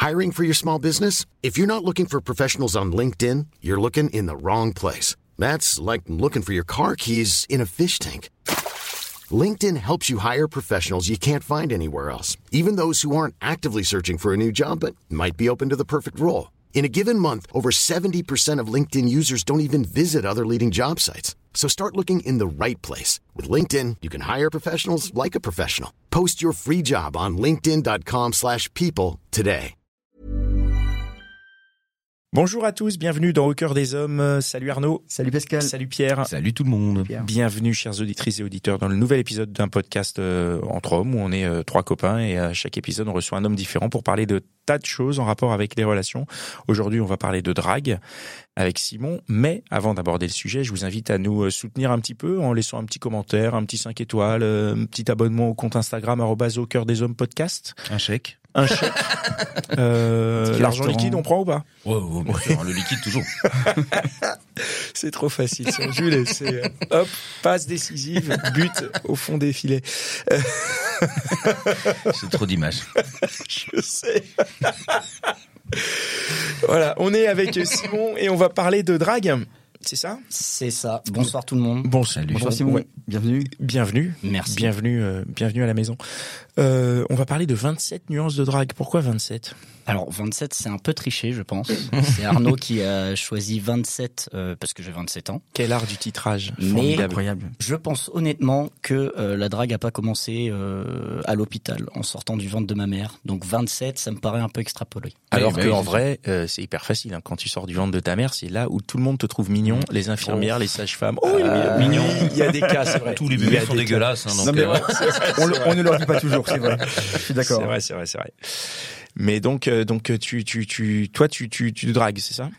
Hiring for your small business? If you're not looking for professionals on LinkedIn, you're looking in the wrong place. That's like looking for your car keys in a fish tank. LinkedIn helps you hire professionals you can't find anywhere else, even those who aren't actively searching for a new job but might be open to the perfect role. In a given month, over 70% of LinkedIn users don't even visit other leading job sites. So start looking in the right place. With LinkedIn, you can hire professionals like a professional. Post your free job on linkedin.com/people today. Bonjour à tous, bienvenue dans Au cœur des hommes. Salut Arnaud. Salut Pascal. Salut Pierre. Salut tout le monde. Pierre. Bienvenue chers auditrices et auditeurs dans le nouvel épisode d'un podcast entre hommes où on est trois copains et à chaque épisode on reçoit un homme différent pour parler de tas de choses en rapport avec les relations. Aujourd'hui on va parler de drague avec Simon, mais avant d'aborder le sujet, je vous invite à nous soutenir un petit peu en laissant un petit commentaire, un petit 5 étoiles, un petit abonnement au compte Instagram @au cœur des hommes podcast. Un chèque. L'argent liquide, on prend ou pas? Ouais, bien sûr, le liquide toujours. C'est trop facile, sans Jules, c'est hop, passe décisive, but au fond des filets. C'est trop d'images. Je sais. Voilà, on est avec Simon et on va parler de drague. C'est ça? C'est ça. Bonsoir tout le monde. Salut. Bonsoir Simon. Ouais. Bienvenue. Bienvenue. Merci. Bienvenue à la maison. On va parler de 27 nuances de drague. Pourquoi 27? Alors 27, c'est un peu triché, je pense. C'est Arnaud qui a choisi 27 parce que j'ai 27 ans. Quel art du titrage. Mais incroyable. Je pense honnêtement que la drague a pas commencé à l'hôpital en sortant du ventre de ma mère. Donc 27, ça me paraît un peu extrapolé. Alors oui, que en c'est vrai, c'est hyper facile. Hein. Quand tu sors du ventre de ta mère, c'est là où tout le monde te trouve mignon. Les infirmières, les sages-femmes. Oh, il est mignon. Il y a des cas, c'est vrai. Tous les bébés sont dégueulasses. Hein, donc Non, mais on ne leur dit pas toujours, c'est vrai. Je suis d'accord. C'est vrai. Mais donc toi, tu dragues, c'est ça?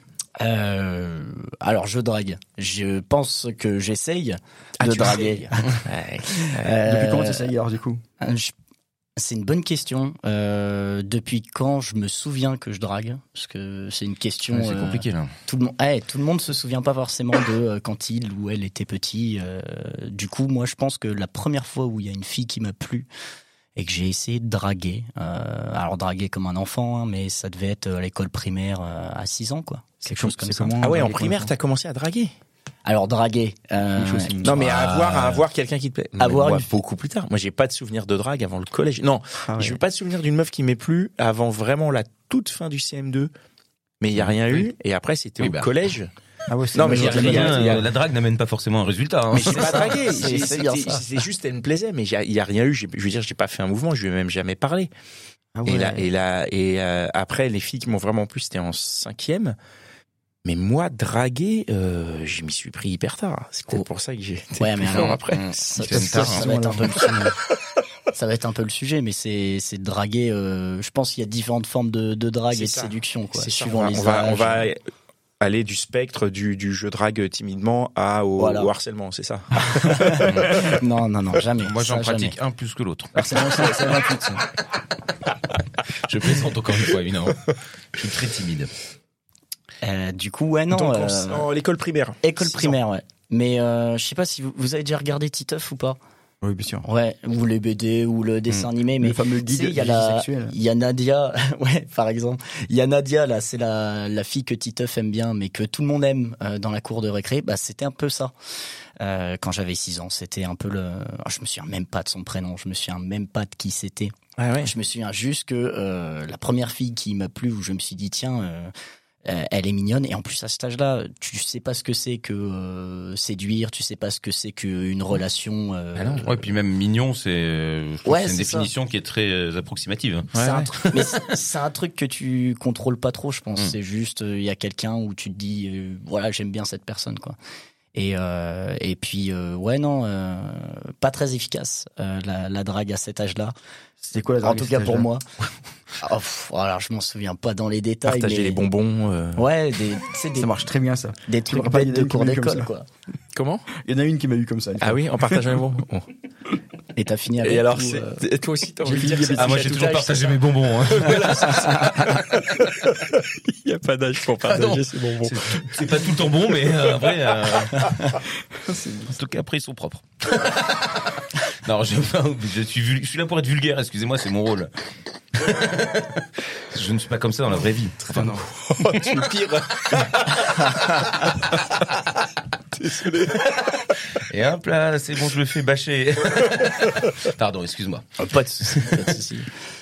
Alors je drague. Je pense que j'essaye de draguer. Depuis quand tu essayes alors du coup? C'est une bonne question. Depuis quand je me souviens que je drague? Parce que c'est une question. c'est compliqué là. Tout le monde se souvient pas forcément de quand il ou elle était petit. Du coup, moi, je pense que la première fois où il y a une fille qui m'a plu et que j'ai essayé de draguer, alors draguer comme un enfant, hein, mais ça devait être à l'école primaire à 6 ans, quoi. Quelque chose comme ça. Ah ouais, en primaire, t'as commencé à draguer? Alors draguer. Non, mais à avoir quelqu'un qui te plaît. Avoir moi, beaucoup plus tard. Moi, j'ai pas de souvenir de drague avant le collège. Non, j'ai pas de souvenir d'une meuf qui m'est plu avant vraiment la toute fin du CM2. Mais il y a rien eu. Et après, c'était au collège. Ah ouais, Non, mais la drague n'amène pas forcément un résultat. Hein. Mais j'ai pas dragué. C'est juste, elle me plaisait, mais il y a rien eu. Je veux dire, j'ai pas fait un mouvement. Je lui ai même jamais parlé. Ah ouais. Après, les filles qui m'ont vraiment plu, c'était en 5e. Mais moi, draguer, je m'y suis pris hyper tard. C'est peut-être pour ça que j'ai été plus fort après. Ça va être un peu le sujet. Ça va être un peu le sujet, mais c'est de draguer. Je pense qu'il y a différentes formes de drague et de séduction, quoi. Suivant les âges. On va aller du spectre du je drague timidement au harcèlement, c'est ça? Non, jamais. Moi, j'en pratique un plus que l'autre. Harcèlement, c'est 28. Ça. Je plaisante encore une fois, évidemment. Je suis très timide. Du coup, ouais, non. Donc, l'école primaire. École primaire, ouais. Mais je sais pas si vous avez déjà regardé Titeuf ou pas. Oui, bien sûr. Ouais, ou les BD ou le dessin animé, mais le fameux guide sexuel. Il y a Nadia, ouais, par exemple. Il y a Nadia là, c'est la fille que Titeuf aime bien, mais que tout le monde aime dans la cour de récré. Bah, c'était un peu ça. Quand j'avais 6 ans, c'était un peu je me souviens même pas de son prénom, je me souviens même pas de qui c'était. Ah ouais. Je me souviens juste que la première fille qui m'a plu, où je me suis dit tiens. Elle est mignonne et en plus à cet âge-là, tu sais pas ce que c'est que séduire, tu sais pas ce que c'est qu'une relation. Ouais, puis même mignon, c'est une définition qui est très approximative. Mais c'est un truc que tu contrôles pas trop, je pense. C'est juste il y a quelqu'un où tu te dis voilà, j'aime bien cette personne, quoi. Et puis pas très efficace la drague à cet âge-là. C'était quoi la drague? En tout cas pour moi. Alors je m'en souviens pas dans les détails. Partager les bonbons. Ouais, ça marche très bien ça. Des trucs bêtes de cours d'école, quoi. Comment? Il y en a une qui m'a eu comme ça. Ah oui, en partageant les bonbons. Et t'as fini avec. Et alors, toi aussi, t'as envie de dire moi j'ai toujours partagé mes bonbons. Hein. Voilà, c'est ça. Il y a pas d'âge pour partager ses bonbons. C'est pas tout le temps bon, mais après. En tout cas, après ils sont propres. Non, je suis là pour être vulgaire, excusez-moi, c'est mon rôle. Je ne suis pas comme ça dans la vraie vie. Enfin, non. Tu es pire. Désolé. Et hop là, c'est bon, je le fais bâcher. Pardon, excuse-moi. Pas de souci, pas de souci.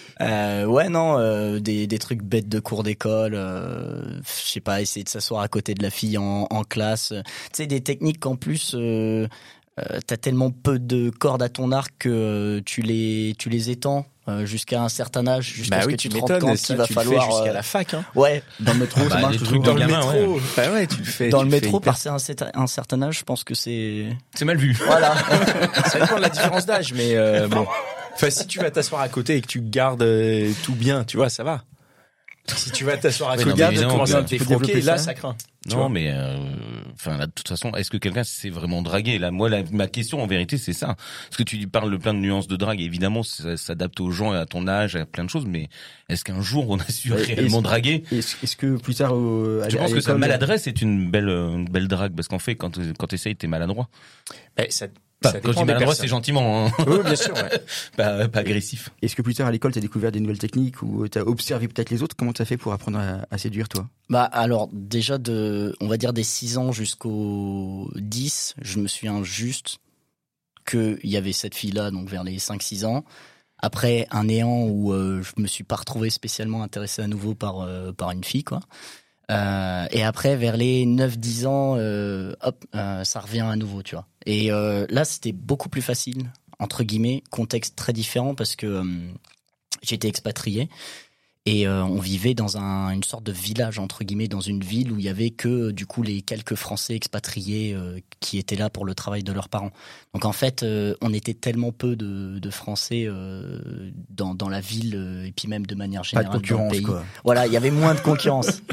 Des trucs bêtes de cours d'école, je sais pas, essayer de s'asseoir à côté de la fille en classe. Tu sais, des techniques qu'en plus, t'as tellement peu de cordes à ton arc que tu les étends jusqu'à un certain âge, jusqu'à ce que tu te rendes compte qu'il va falloir jusqu'à la fac. Hein. Ouais, dans le métro, ça marche toujours. Dans le métro, ouais, tu le fais. Dans le métro, passer un certain âge, je pense que c'est mal vu. Voilà. Ça dépend de la différence d'âge, mais bon. Enfin, si tu vas t'asseoir à côté et que tu gardes tout bien, tu vois, ça va. Si tu vas t'asseoir à côté, tu commences à te défroquer, là, ça craint. Non, mais là, de toute façon, est-ce que quelqu'un s'est vraiment dragué? Là, moi, ma question en vérité, c'est ça. Parce que tu parles de plein de nuances de drague, et évidemment, ça s'adapte aux gens, à ton âge, à plein de choses. Mais est-ce qu'un jour on a su réellement draguer? Est-ce que plus tard, je pense que sa maladresse est une belle drague, parce qu'en fait, quand t'essayes, t'es maladroit. Quand je dis maladroit, c'est gentiment. Hein. Oui, bien sûr. Ouais. pas agressif. Est-ce que plus tard à l'école, t'as découvert des nouvelles techniques ou t'as observé peut-être les autres? Comment t'as fait pour apprendre à séduire, toi? Alors déjà on va dire des 6 ans jusqu'aux 10, je me souviens juste qu'il y avait cette fille-là, donc vers les 5-6 ans. Après un néant où je me suis pas retrouvé spécialement intéressé à nouveau par une fille, quoi. Et après, vers les 9-10 ans, ça revient à nouveau, tu vois. Et là, c'était beaucoup plus facile, entre guillemets, contexte très différent parce que j'étais expatrié et on vivait dans une sorte de village, entre guillemets, dans une ville où il y avait que, du coup, les quelques Français expatriés qui étaient là pour le travail de leurs parents. Donc en fait, on était tellement peu de Français dans la ville et puis même de manière générale dans le pays. Quoi. Voilà, il y avait moins de concurrence.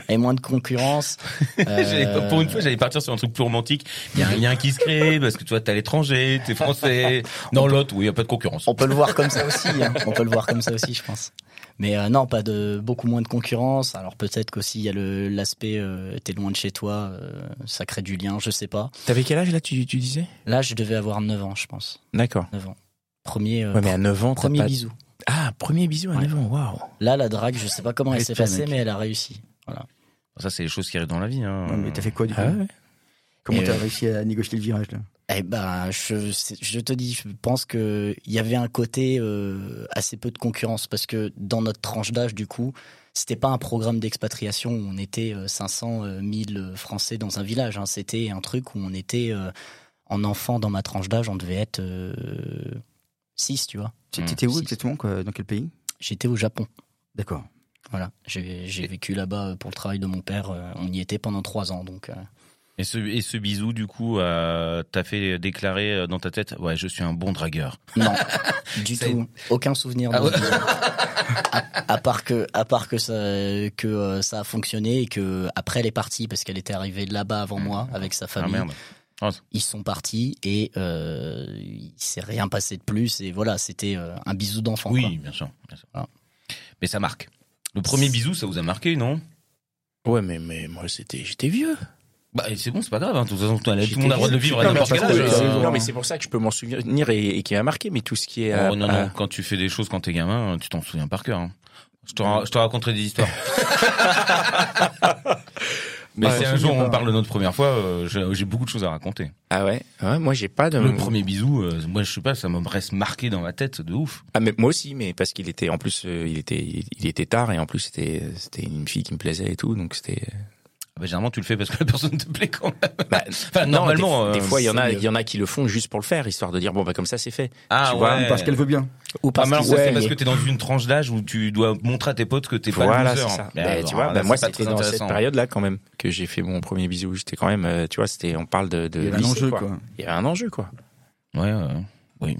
Pour une fois, j'allais partir sur un truc plus romantique. Il y a un lien qui se crée parce que tu vois, t'es à l'étranger, t'es français. Dans l'autre, où il y a pas de concurrence. On peut le voir comme ça aussi. On peut le voir comme ça aussi, je pense. Mais non, beaucoup moins de concurrence. Alors peut-être qu'aussi il y a l'aspect t'es loin de chez toi, ça crée du lien, je sais pas. T'avais quel âge là, tu disais? Là, je devais avoir 9 ans, je pense. D'accord. 9 ans. Premier mais à 9 ans, premier bisou. Ah, premier bisou à 9 ans, waouh. Là, la drague, je sais pas comment elle s'est passée, mais elle a réussi. Voilà. Ça, c'est les choses qui arrivent dans la vie. Hein. Ouais, mais t'as fait quoi du coup? Comment t'as réussi à négocier le virage là? Je te dis, je pense que il y avait un côté assez peu de concurrence parce que dans notre tranche d'âge, du coup, c'était pas un programme d'expatriation où on était 500 1000 Français dans un village. Hein. C'était un truc où on était en enfant dans ma tranche d'âge, on devait être 6, tu vois. T'étais où exactement, quoi? Dans quel pays? J'étais au Japon. D'accord. Voilà, j'ai vécu là-bas pour le travail de mon père. On y était pendant 3 ans, donc. Et ce bisou, du coup, t'as fait déclarer dans ta tête, ouais, je suis un bon dragueur. Non, du tout. Aucun souvenir. Ah ouais. À part que ça a fonctionné et que après elle est partie parce qu'elle était arrivée là-bas avant moi avec sa famille. Ah merde. Oh. Ils sont partis et il s'est rien passé de plus et voilà, c'était un bisou d'enfant. Oui, quoi. bien sûr. Voilà. Mais ça marque. Le premier bisou, ça vous a marqué, non? Ouais, mais moi j'étais vieux. Bah c'est bon, c'est pas grave. Hein. De toute façon, tout le monde a le droit de le vivre à n'importe quel âge. Non, mais c'est pour ça que je peux m'en souvenir et qui m'a marqué. Mais tout ce qui est non. Quand tu fais des choses quand t'es gamin, tu t'en souviens par cœur. Hein. Je te raconterai des histoires. Mais si un jour on parle de notre première fois, j'ai beaucoup de choses à raconter. Ah ouais, moi j'ai pas de. Le premier bisou, moi je sais pas, ça me reste marqué dans ma tête de ouf. Ah mais moi aussi, mais parce qu'il était en plus, il était tard et en plus c'était une fille qui me plaisait et tout, donc c'était. Bah, généralement tu le fais parce que la personne te plaît quand même. Bah, enfin normalement. Des fois il y en a qui le font juste pour le faire, histoire de dire bon bah comme ça c'est fait. Ah tu ouais. vois, parce qu'elle veut bien. Ou parce c'est parce que t'es dans une tranche d'âge où tu dois montrer à tes potes que t'es pas le loser. C'est ça. Tu vois, moi c'était dans cette période-là quand même que j'ai fait mon premier bisou. J'étais quand même, tu vois, on parle de il y avait un enjeu quoi. Il y avait un enjeu quoi. Ouais. Oui.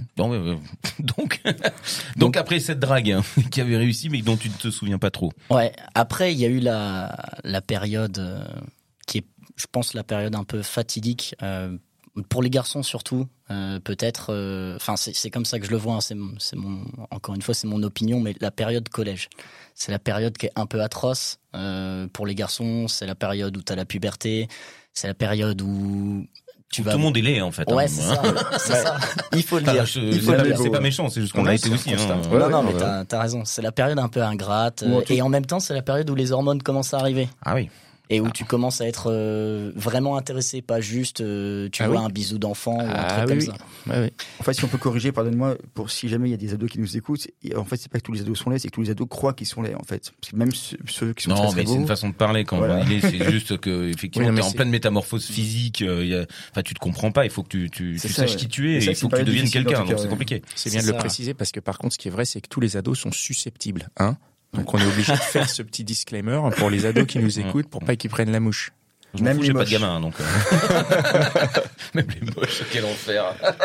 Donc après cette drague qui avait réussi mais dont tu ne te souviens pas trop. Ouais. Après il y a eu la période qui est, je pense, la période un peu fatidique. Pour les garçons surtout, peut-être. Enfin, c'est comme ça que je le vois. Hein, encore une fois, c'est mon opinion, mais la période collège, c'est la période qui est un peu atroce pour les garçons. C'est la période où t'as la puberté. C'est la période où tu Tout le monde est laid en fait. Ouais, hein. c'est ça. C'est ça. Il faut le dire. Il faut le dire. C'est pas méchant, c'est juste qu'on l'a été aussi. Hein. Non, mais t'as raison. C'est la période un peu ingrate. Et en même temps, c'est la période où les hormones commencent à arriver. Ah oui. Et où tu commences à être vraiment intéressé, pas juste tu vois un bisou d'enfant ou un truc comme ça. Ouais. En fait, si on peut corriger, pardonne-moi, pour si jamais il y a des ados qui nous écoutent, en fait, c'est pas que tous les ados sont laids, c'est que tous les ados croient qu'ils sont laids, en fait. Parce que même ceux qui sont non, très mais beaux, c'est une façon de parler quand voilà. c'est juste que effectivement t'es en pleine métamorphose physique. Enfin, tu te comprends pas. Il faut que tu saches qui tu es. Et il faut que tu deviennes quelqu'un. Donc c'est compliqué. C'est bien de le préciser parce que par contre, ce qui est vrai, c'est que tous les ados sont susceptibles, hein. Donc on est obligé de faire ce petit disclaimer pour les ados qui nous écoutent pour pas qu'ils prennent la mouche. Même j'ai pas de gamin, donc même les moches, quel enfer.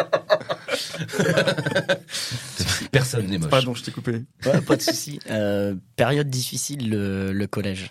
Personne n'est moche. Pardon, je t'ai coupé. Ouais, pas de souci. Période difficile le collège.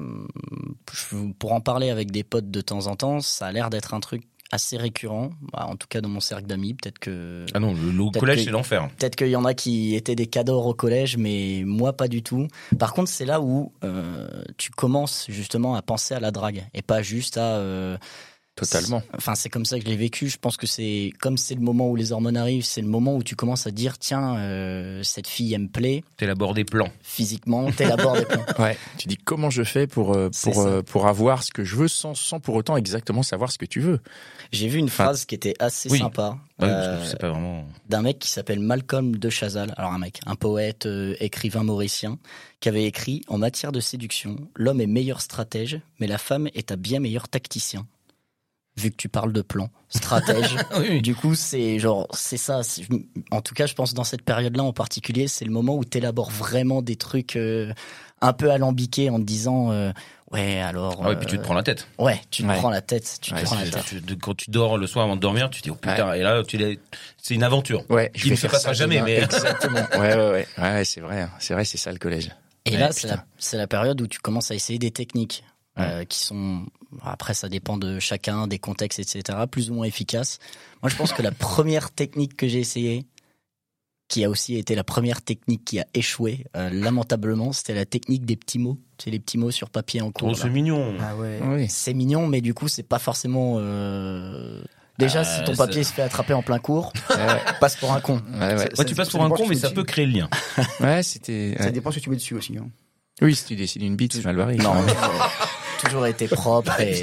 Pour en parler avec des potes de temps en temps, ça a l'air d'être un truc assez récurrent, en tout cas dans mon cercle d'amis. Peut-être que ah non, le collège c'est l'enfer. Peut-être qu'il y en a qui étaient des cadors au collège, mais moi pas du tout. Par contre, c'est là où tu commences justement à penser à la drague et pas juste à totalement. Enfin, c'est comme ça que je l'ai vécu. Je pense que c'est le moment où les hormones arrivent, c'est le moment où tu commences à dire tiens, cette fille elle me plaît. T'élabores des plans. Physiquement, t'élabores des plans. Ouais. Tu dis comment je fais pour avoir ce que je veux sans pour autant exactement savoir ce que tu veux. J'ai vu une phrase qui était assez sympa. C'est pas vraiment d'un mec qui s'appelle Malcolm de Chazal. Alors un poète, écrivain mauricien, qui avait écrit en matière de séduction, l'homme est meilleur stratège, mais la femme est un bien meilleur tacticien. Vu que tu parles de plan, stratège. Oui. Du coup, c'est ça. En tout cas, je pense dans cette période-là en particulier, c'est le moment où t'élabores vraiment des trucs un peu alambiqués en te disant ouais, alors. Ah ouais, puis tu te prends la tête. Ouais, tu te prends la tête. Quand tu dors le soir avant de dormir, tu te dis oh putain, et là c'est une aventure. Ouais, qui ne se passera jamais, mais exactement. Ouais, c'est vrai, c'est ça le collège. Et là, c'est la période où tu commences à essayer des techniques. Qui sont, après ça dépend de chacun, des contextes, etc., plus ou moins efficaces. Moi je pense que la première technique que j'ai essayée, qui a aussi été la première technique qui a échoué, lamentablement, c'était la technique des petits mots. C'est les petits mots sur papier en cours. Oh, c'est mignon. Ah ouais. Oui. C'est mignon, mais du coup c'est pas forcément... Déjà, si ton papier se fait attraper en plein cours, passe pour un con. Ouais, tu passes pour un con, mais ça peut créer le lien. Ouais, c'était... Ça dépend ce que tu mets dessus aussi. Hein. Oui, si tu dessines une bite, c'est mal barré. Non, toujours été propre. Et...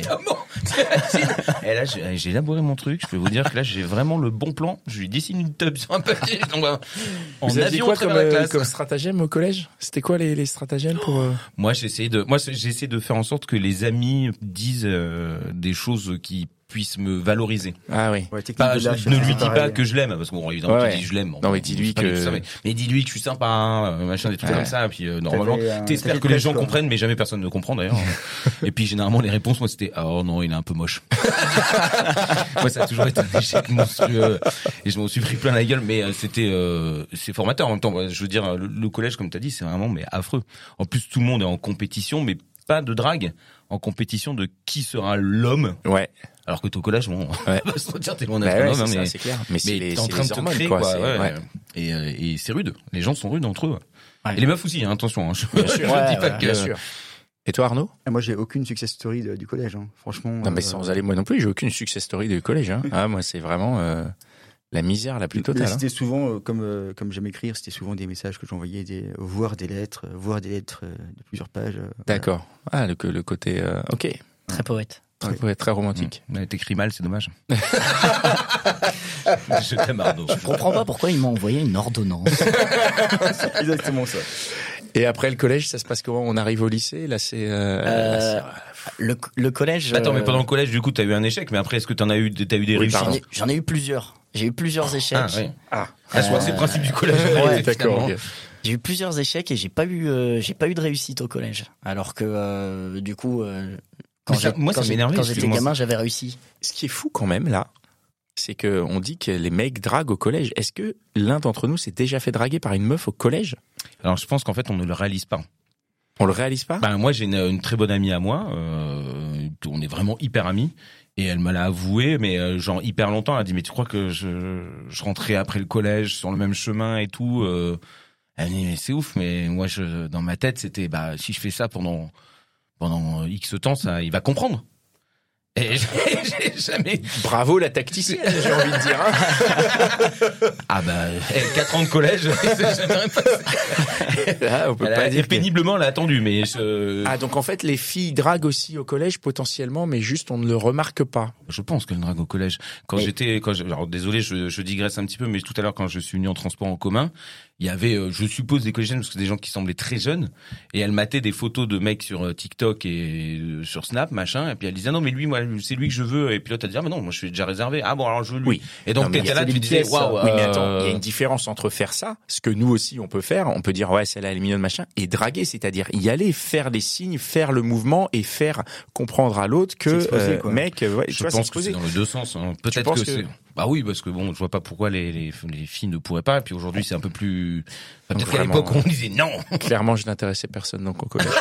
Et là, j'ai élaboré mon truc. Je peux vous dire que là, j'ai vraiment le bon plan. Je lui dessine une tube sur un papier. Vous aviez quoi comme stratagème au collège? C'était quoi les stratagèmes pour Moi, j'ai essayé de faire en sorte que les amis disent des choses qui puissent me valoriser. Ah oui. Ouais, ne lui dis pas que je l'aime, parce que bon, évidemment, tu dis je l'aime. Non, mais dis-lui que... Mais dis-lui que je suis sympa, machin, des trucs comme ça. Puis normalement, t'espères que les gens comprennent, mais jamais personne ne comprend d'ailleurs. Et puis généralement, les réponses, moi, c'était oh non, il est un peu moche. Moi, ça a toujours été un échec monstrueux. Et je m'en suis pris plein la gueule, mais c'est formateur en même temps. Je veux dire, le collège, comme t'as dit, c'est vraiment affreux. En plus, tout le monde est en compétition, mais pas de drague, en compétition de qui sera l'homme. Ouais. Alors que t'es au collège, bon, on va se dire, t'es loin d'être un homme, mais c'est clair. Mais t'es en train de te créer, quoi. Et c'est rude. Les gens sont rudes entre eux. Ouais. Et les meufs aussi, hein, attention. Je dis pas que... Bien sûr. Et toi, Arnaud? Moi, j'ai aucune success story du collège, hein. Franchement. Non, mais sans aller moi non plus, j'ai aucune success story du collège, hein. Ah, moi, c'est vraiment la misère la plus totale. C'était souvent, comme j'aime écrire, c'était souvent des messages que j'envoyais, voire des lettres de plusieurs pages. D'accord. Ah, le côté, ok. Très poète. Très romantique. Mais t'écris mal, c'est dommage. Je t'aime, Arnaud. Je comprends pas pourquoi il m'a envoyé une ordonnance. C'est exactement ça. Et après le collège, ça se passe comment? On arrive au lycée, là c'est... Le collège... Attends, mais pendant le collège, du coup, t'as eu un échec, mais après, est-ce que t'as eu des réussites? J'en ai eu plusieurs. J'ai eu plusieurs échecs. Je crois que c'est le principe du collège. Ouais, d'accord. Okay. J'ai eu plusieurs échecs et j'ai pas eu de réussite au collège. Alors que, du coup... Quand j'étais gamin, j'avais réussi. Ce qui est fou quand même, là, c'est que on dit que les mecs draguent au collège. Est-ce que l'un d'entre nous s'est déjà fait draguer par une meuf au collège? Alors, je pense qu'en fait, on ne le réalise pas. On le réalise pas? Moi, j'ai une très bonne amie à moi. On est vraiment hyper amis. Et elle me l'a avoué, mais genre hyper longtemps. Elle a dit, mais tu crois que je rentrais après le collège sur le même chemin et tout? Elle me dit, mais c'est ouf. Mais moi, dans ma tête, c'était, si je fais ça pendant X temps, il va comprendre. Et j'ai jamais. Bravo la tacticienne, j'ai envie de dire. Hein. Ah bah, 4 ans de collège, c'est jamais passé. Là, on peut Elle pas a dire. péniblement, elle a attendu, mais Ah, donc en fait, les filles draguent aussi au collège potentiellement, mais juste on ne le remarque pas. je pense qu'elle drague au collège. Alors désolé, je digresse un petit peu, mais tout à l'heure quand je suis venu en transport en commun, il y avait, je suppose, des collégiennes, parce que des gens qui semblaient très jeunes, et elle matait des photos de mecs sur TikTok et sur Snap, machin, et puis elle disait non mais lui, moi c'est lui que je veux, et puis l'autre elle disait ah mais non, moi je suis déjà réservé. Ah bon alors je veux lui. Oui. Et donc Non, mais t'étais là, c'est tu des disais pièces, waouh. Oui, mais attends, il y a une différence entre faire ça, ce que nous aussi on peut faire, on peut dire ouais celle-là elle est mignonne machin, et draguer, c'est-à-dire y aller, faire les signes, faire le mouvement et faire comprendre à l'autre que S'exposer, quoi. mec, ouais, tu Je vois, pense que s'exposer. c'est dans les deux sens. Hein. Peut-être penses que que- c'est. Bah oui, parce que bon, je vois pas pourquoi les filles ne pourraient pas. Et puis aujourd'hui, c'est un peu plus. Enfin, peut-être qu'à Vraiment. l'époque, on disait non. Clairement, je n'intéressais personne donc au collège.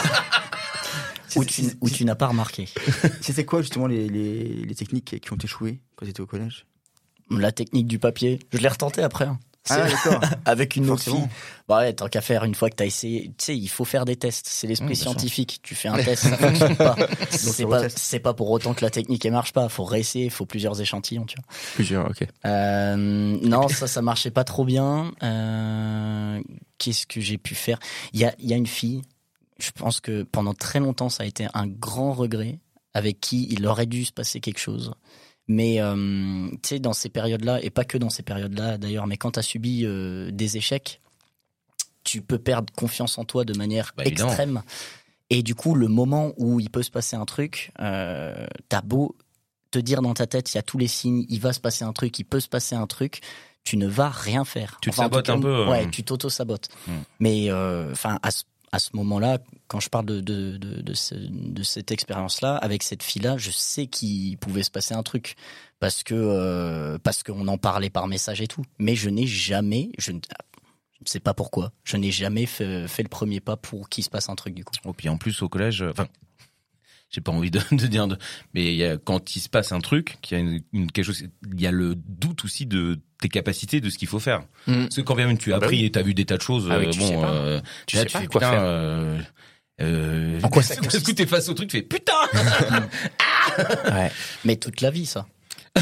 Ou tu n'as pas remarqué. C'était quoi justement les techniques qui ont échoué quand tu étais au collège? La technique du papier, je l'ai retenté après. Hein. Ah d'accord. Avec une autre Forcément. fille. Bah ouais, tant qu'à faire, une fois que t'as essayé, tu sais, il faut faire des tests. C'est l'esprit Bien sûr. scientifique. Tu fais un test, ça fonctionne pas. C'est c'est pas, retest. c'est pas pour autant que la technique elle marche pas. Faut réessayer, faut plusieurs échantillons, tu vois. Plusieurs, ok. Non, ça marchait pas trop bien. Qu'est-ce que j'ai pu faire? Il y a une fille. Je pense que pendant très longtemps, ça a été un grand regret avec qui il aurait dû se passer quelque chose. Mais tu sais, dans ces périodes-là, et pas que dans ces périodes-là d'ailleurs, mais quand tu as subi des échecs, tu peux perdre confiance en toi de manière Bah, évidemment. extrême. Et du coup, le moment où il peut se passer un truc, t'as beau te dire dans ta tête, il y a tous les signes, il va se passer un truc, il peut se passer un truc, tu ne vas rien faire. Tu te en tout sabotes cas, un peu, Ouais, tu t'auto-sabotes. Mais enfin, à ce moment-là, quand je parle de cette expérience-là, avec cette fille-là, je sais qu'il pouvait se passer un truc parce qu'on en parlait par message et tout. Mais je n'ai jamais, je ne sais pas pourquoi, je n'ai jamais fait le premier pas pour qu'il se passe un truc du coup. Et puis en plus au collège, enfin, j'ai pas envie de dire, mais il y a, quand il se passe un truc, qu'il y a quelque chose, il y a le doute aussi de tes capacités, de ce qu'il faut faire. Parce que quand même tu as Ah bah appris oui. et t'as vu des tas de choses, Ah oui, tu sais pas. Tu sais tu pas fais, quoi putain, faire. En quoi ça parce que consiste t'es face au truc, tu fais putain. Ouais. Mais toute la vie, ça.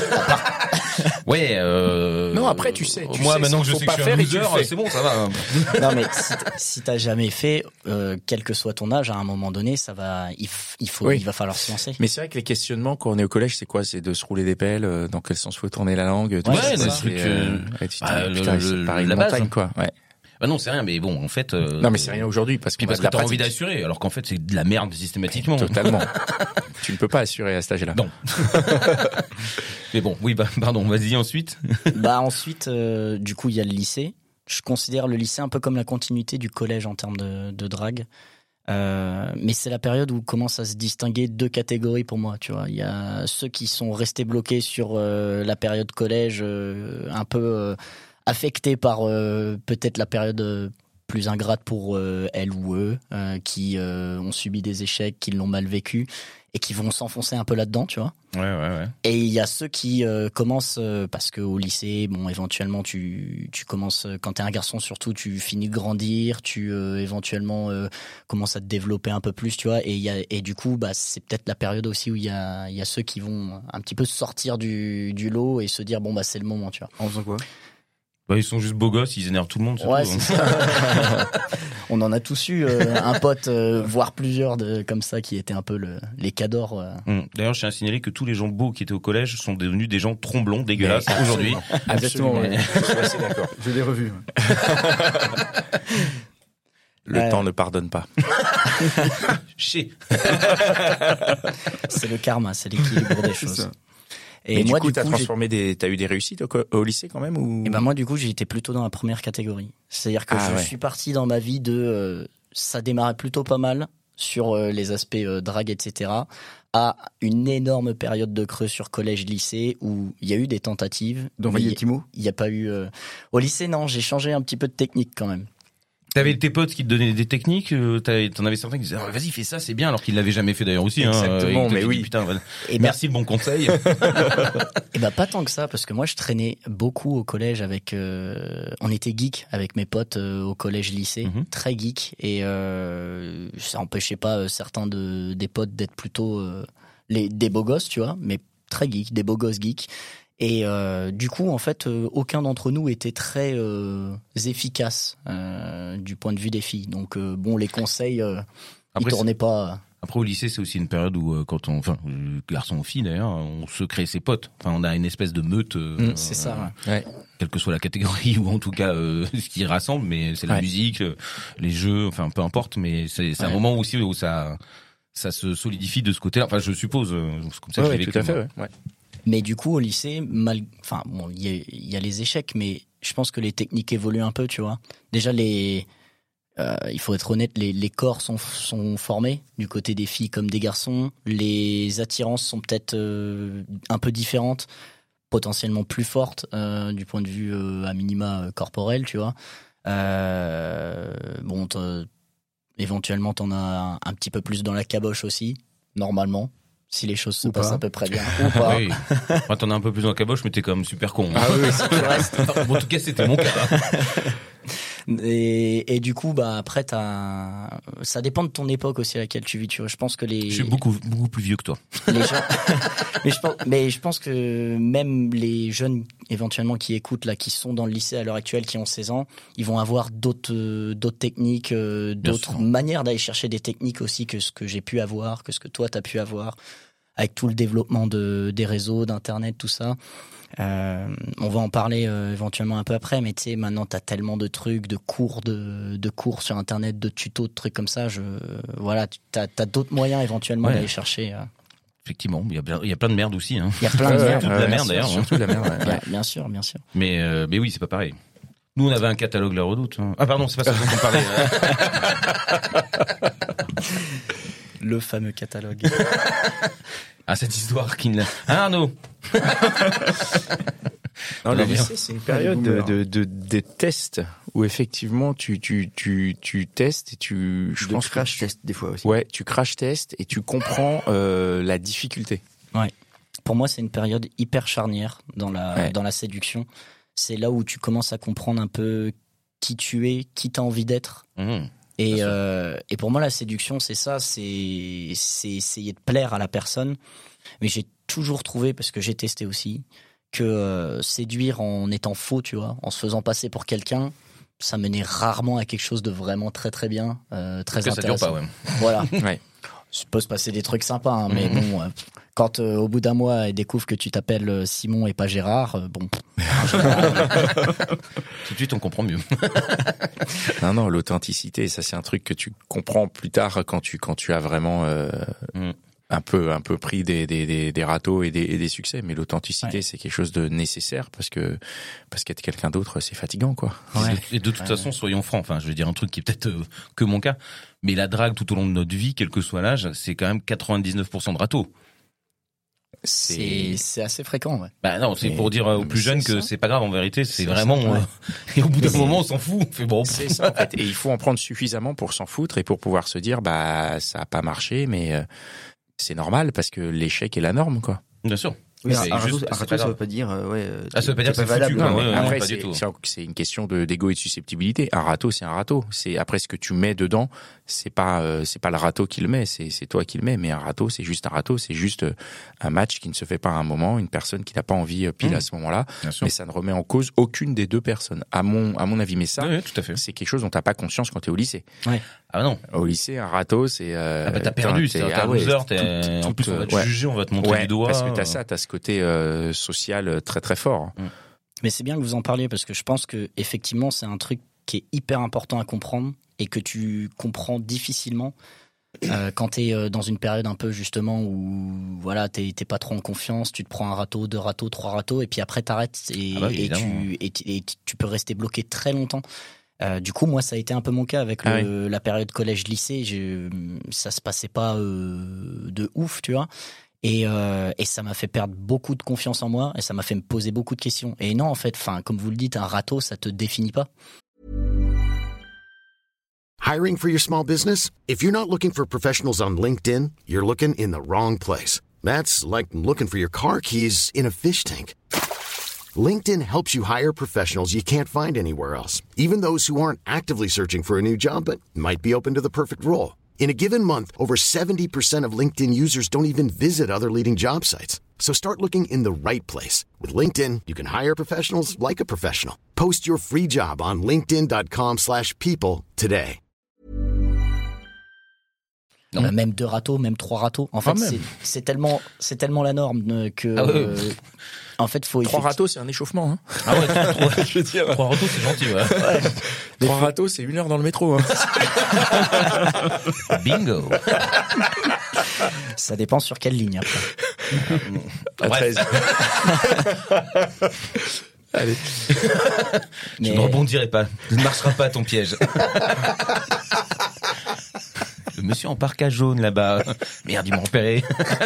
Ouais. Non, après, tu sais Moi, maintenant que ce je qu'il sais faut que je pas suis un faire et tu le loser, fais. c'est bon, ça va. Non mais si t'as jamais fait, quel que soit ton âge, à un moment donné, ça va, Oui. il va falloir se lancer. Mais c'est vrai que les questionnements quand on est au collège, c'est quoi? C'est de se rouler des pelles, dans quel sens faut tourner la langue. tout Ouais, ça, des c'est, trucs, ouais, tu te bah, dis, putain, le- c'est pareil, la une base, montagne, hein. quoi. Ouais. Bah non, c'est rien, mais bon, en fait. Non, mais c'est rien aujourd'hui parce Puis qu'on a parce de que la t'as envie pratique. d'assurer, alors qu'en fait c'est de la merde systématiquement. Totalement. Tu ne peux pas assurer à cet âge-là. Non. Mais bon, oui, bah, pardon, vas-y ensuite. Bah ensuite, du coup, il y a le lycée. Je considère le lycée un peu comme la continuité du collège en termes de drague. Mais c'est la période où commencent à se distinguer deux catégories pour moi, tu vois. Il y a ceux qui sont restés bloqués sur la période collège, un peu affectés par peut-être la période plus ingrate pour elle ou eux, qui ont subi des échecs, qui l'ont mal vécu et qui vont s'enfoncer un peu là-dedans, tu vois. Ouais. Et il y a ceux qui commencent parce que au lycée, bon, éventuellement tu commences quand t'es un garçon surtout, tu finis de grandir, tu éventuellement commences à te développer un peu plus, tu vois. Et du coup, bah c'est peut-être la période aussi où il y a ceux qui vont un petit peu sortir du lot et se dire bon bah c'est le moment, tu vois. En faisant quoi? Bah, ils sont juste beaux gosses, ils énervent tout le monde. Ouais, surtout, c'est hein. ça. On en a tous eu un pote, voire plusieurs comme ça qui étaient un peu les cadors. D'ailleurs, je tiens à signaler que tous les gens beaux qui étaient au collège sont devenus des gens tromblons, dégueulasses, aujourd'hui. Absolument. ouais. Je suis assez d'accord. Je l'ai revu. Ouais. Le temps ne pardonne pas. Chier. C'est le karma, c'est l'équilibre des choses. ça. Et Mais moi, du coup, t'as j'ai- transformé t'as eu des réussites au lycée quand même ou? Et ben moi du coup j'ai été plutôt dans la première catégorie. C'est-à-dire que Ah je ouais. suis parti dans ma vie de ça démarrait plutôt pas mal sur les aspects drague etc. à une énorme période de creux sur collège-lycée où il y a eu des tentatives. D'envoyer mais le petit mot. il n'y a pas eu au lycée non, j'ai changé un petit peu de technique quand même. T'avais tes potes qui te donnaient des techniques, t'en avais certains qui disaient ah, vas-y fais ça, c'est bien, alors qu'ils l'avaient jamais fait d'ailleurs aussi. Exactement, et que mais tu te oui. dis, putain, voilà. Et Merci le bon conseil. Et bah pas tant que ça parce que moi je traînais beaucoup au collège avec on était geek avec mes potes au collège lycée, Mhm. très geek et ça empêchait pas certains des potes d'être plutôt des beaux gosses, tu vois, mais très geeks, des beaux gosses geeks. Et du coup, en fait, aucun d'entre nous était très efficace du point de vue des filles. Donc bon, les conseils, ils tournaient pas. Après, au lycée, c'est aussi une période où, garçon ou fille d'ailleurs, on se crée ses potes. Enfin, on a une espèce de meute. C'est ça. Ouais. Quelle que soit la catégorie ou en tout cas ce qui rassemble, mais c'est la musique, les jeux, enfin peu importe. Mais c'est un moment aussi où ça se solidifie de ce côté-là. Enfin, je suppose. C'est comme ça que je l'ai vécu. Tout à fait. Ouais. Mais du coup, au lycée, il y a les échecs, mais je pense que les techniques évoluent un peu, tu vois. Déjà, il faut être honnête, les corps sont formés du côté des filles comme des garçons. Les attirances sont peut-être un peu différentes, potentiellement plus fortes du point de vue à minima corporel, tu vois. Éventuellement, t'en as un petit peu plus dans la caboche aussi, normalement. Si les choses se passent à peu près bien. Ou pas. Oui. Moi, t'en as un peu plus dans la caboche, mais t'es quand même super con. Ah oui, si tu restes. Bon, en tout cas, c'était mon cas. Et du coup, après, ça dépend de ton époque aussi à laquelle tu vis. Tu vois, je pense que Je suis beaucoup plus vieux que toi. Les gens... mais je pense que même les jeunes éventuellement qui écoutent là, qui sont dans le lycée à l'heure actuelle, qui ont 16 ans, ils vont avoir d'autres techniques, d'autres manières d'aller chercher des techniques aussi que ce que j'ai pu avoir, que ce que toi t'as pu avoir, avec tout le développement des réseaux, d'internet, tout ça. On va en parler éventuellement un peu après, mais tu sais, maintenant t'as tellement de trucs, de cours sur internet, de tutos, de trucs comme ça. T'as d'autres moyens éventuellement d'aller chercher. Effectivement, il y a plein de merde aussi. Hein. Il y a plein de merde, toute la merde d'ailleurs. Surtout de la merde. Ouais. Bien sûr. Mais oui, c'est pas pareil. Nous, on avait un catalogue La Redoute. Hein. Ah pardon, c'est pas ça dont on parlait. Le fameux catalogue. Ah, cette histoire qui ne... Ah, Arnaud. Non, le lycée, c'est une période de tests où effectivement tu testes et crash test des fois aussi. Ouais, tu crash test et tu comprends la difficulté. Ouais. Pour moi, c'est une période hyper charnière dans la séduction. C'est là où tu commences à comprendre un peu qui tu es, qui t'as envie d'être. Et pour moi, la séduction, c'est ça, c'est essayer de plaire à la personne. Mais j'ai toujours trouvé, parce que j'ai testé aussi, que séduire en étant faux, tu vois, en se faisant passer pour quelqu'un, ça menait rarement à quelque chose de vraiment très très bien, très intéressant. Ça dure pas, ouais. Voilà. Ouais. Il peut se passer des trucs sympas, hein, mais bon, quand au bout d'un mois, elle découvre que tu t'appelles Simon et pas Gérard, bon. Tout de suite, on comprend mieux. Non, l'authenticité, ça c'est un truc que tu comprends plus tard quand tu as vraiment un peu pris des râteaux et des succès. Mais l'authenticité, c'est quelque chose de nécessaire parce qu'être quelqu'un d'autre, c'est fatigant, quoi. Ouais. Et de toute façon, soyons francs. Enfin, je vais dire un truc qui est peut-être que mon cas, mais la drague tout au long de notre vie, quel que soit l'âge, c'est quand même 99% de râteaux. C'est assez fréquent, ouais. Bah non, c'est pour dire aux plus jeunes que c'est pas grave, en vérité, c'est vraiment... et au bout d'un moment, on s'en fout, on fait bon. C'est ça, en fait. Et il faut en prendre suffisamment pour s'en foutre et pour pouvoir se dire, ça a pas marché, mais c'est normal parce que l'échec est la norme, quoi. Bien sûr. Oui, un râteau, ça veut pas dire, ça veut pas dire que c'est valable. foutu, quoi. Après, pas du tout. c'est une question d'égo et de susceptibilité. Un râteau, c'est un râteau. C'est après ce que tu mets dedans, c'est pas le râteau qui le met, c'est toi qui le mets. Mais un râteau, c'est juste un râteau, c'est juste un match qui ne se fait pas à un moment, une personne qui n'a pas envie pile à ce moment-là. Mais ça ne remet en cause aucune des deux personnes, à mon avis. Mais ça, tout à fait. C'est quelque chose dont t'as pas conscience quand t'es au lycée. Ouais. Ah non. Au lycée, un râteau, c'est t'as perdu, t'es un loser, en plus on va te juger, on va te montrer du doigt. Parce que t'as ce côté social très très fort. Mais c'est bien que vous en parliez parce que je pense que effectivement c'est un truc qui est hyper important à comprendre et que tu comprends difficilement quand t'es dans une période un peu justement où voilà t'es pas trop en confiance, tu te prends un râteau, 2 râteaux, 3 râteaux et puis après t'arrêtes et tu peux rester bloqué très longtemps. Du coup, moi, ça a été un peu mon cas avec la période collège-lycée. Ça se passait pas de ouf, tu vois. Et ça m'a fait perdre beaucoup de confiance en moi et ça m'a fait me poser beaucoup de questions. Et non, en fait, comme vous le dites, un râteau, ça te définit pas. Hiring for your small business? If you're not looking for professionals on LinkedIn, you're looking in the wrong place. That's like looking for your car keys in a fish tank. LinkedIn helps you hire professionals you can't find anywhere else, even those who aren't actively searching for a new job but might be open to the perfect role. In a given month, over 70% of LinkedIn users don't even visit other leading job sites. So start looking in the right place. With LinkedIn, you can hire professionals like a professional. Post your free job on linkedin.com/people today. Même 2 râteaux, même 3 râteaux. En fait, c'est tellement la norme que... en fait, faut 3 râteaux, c'est un échauffement. Hein. Ah ouais, je veux dire. 3 râteaux, c'est gentil, ouais. 3 râteaux, c'est 1 heure dans le métro. Hein. Bingo. Ça dépend sur quelle ligne, après. À 13. Allez. Je ne rebondirai pas. Je ne marcherai pas à ton piège. Le monsieur en parka jaune là-bas. Merde, ils m'ont repéré.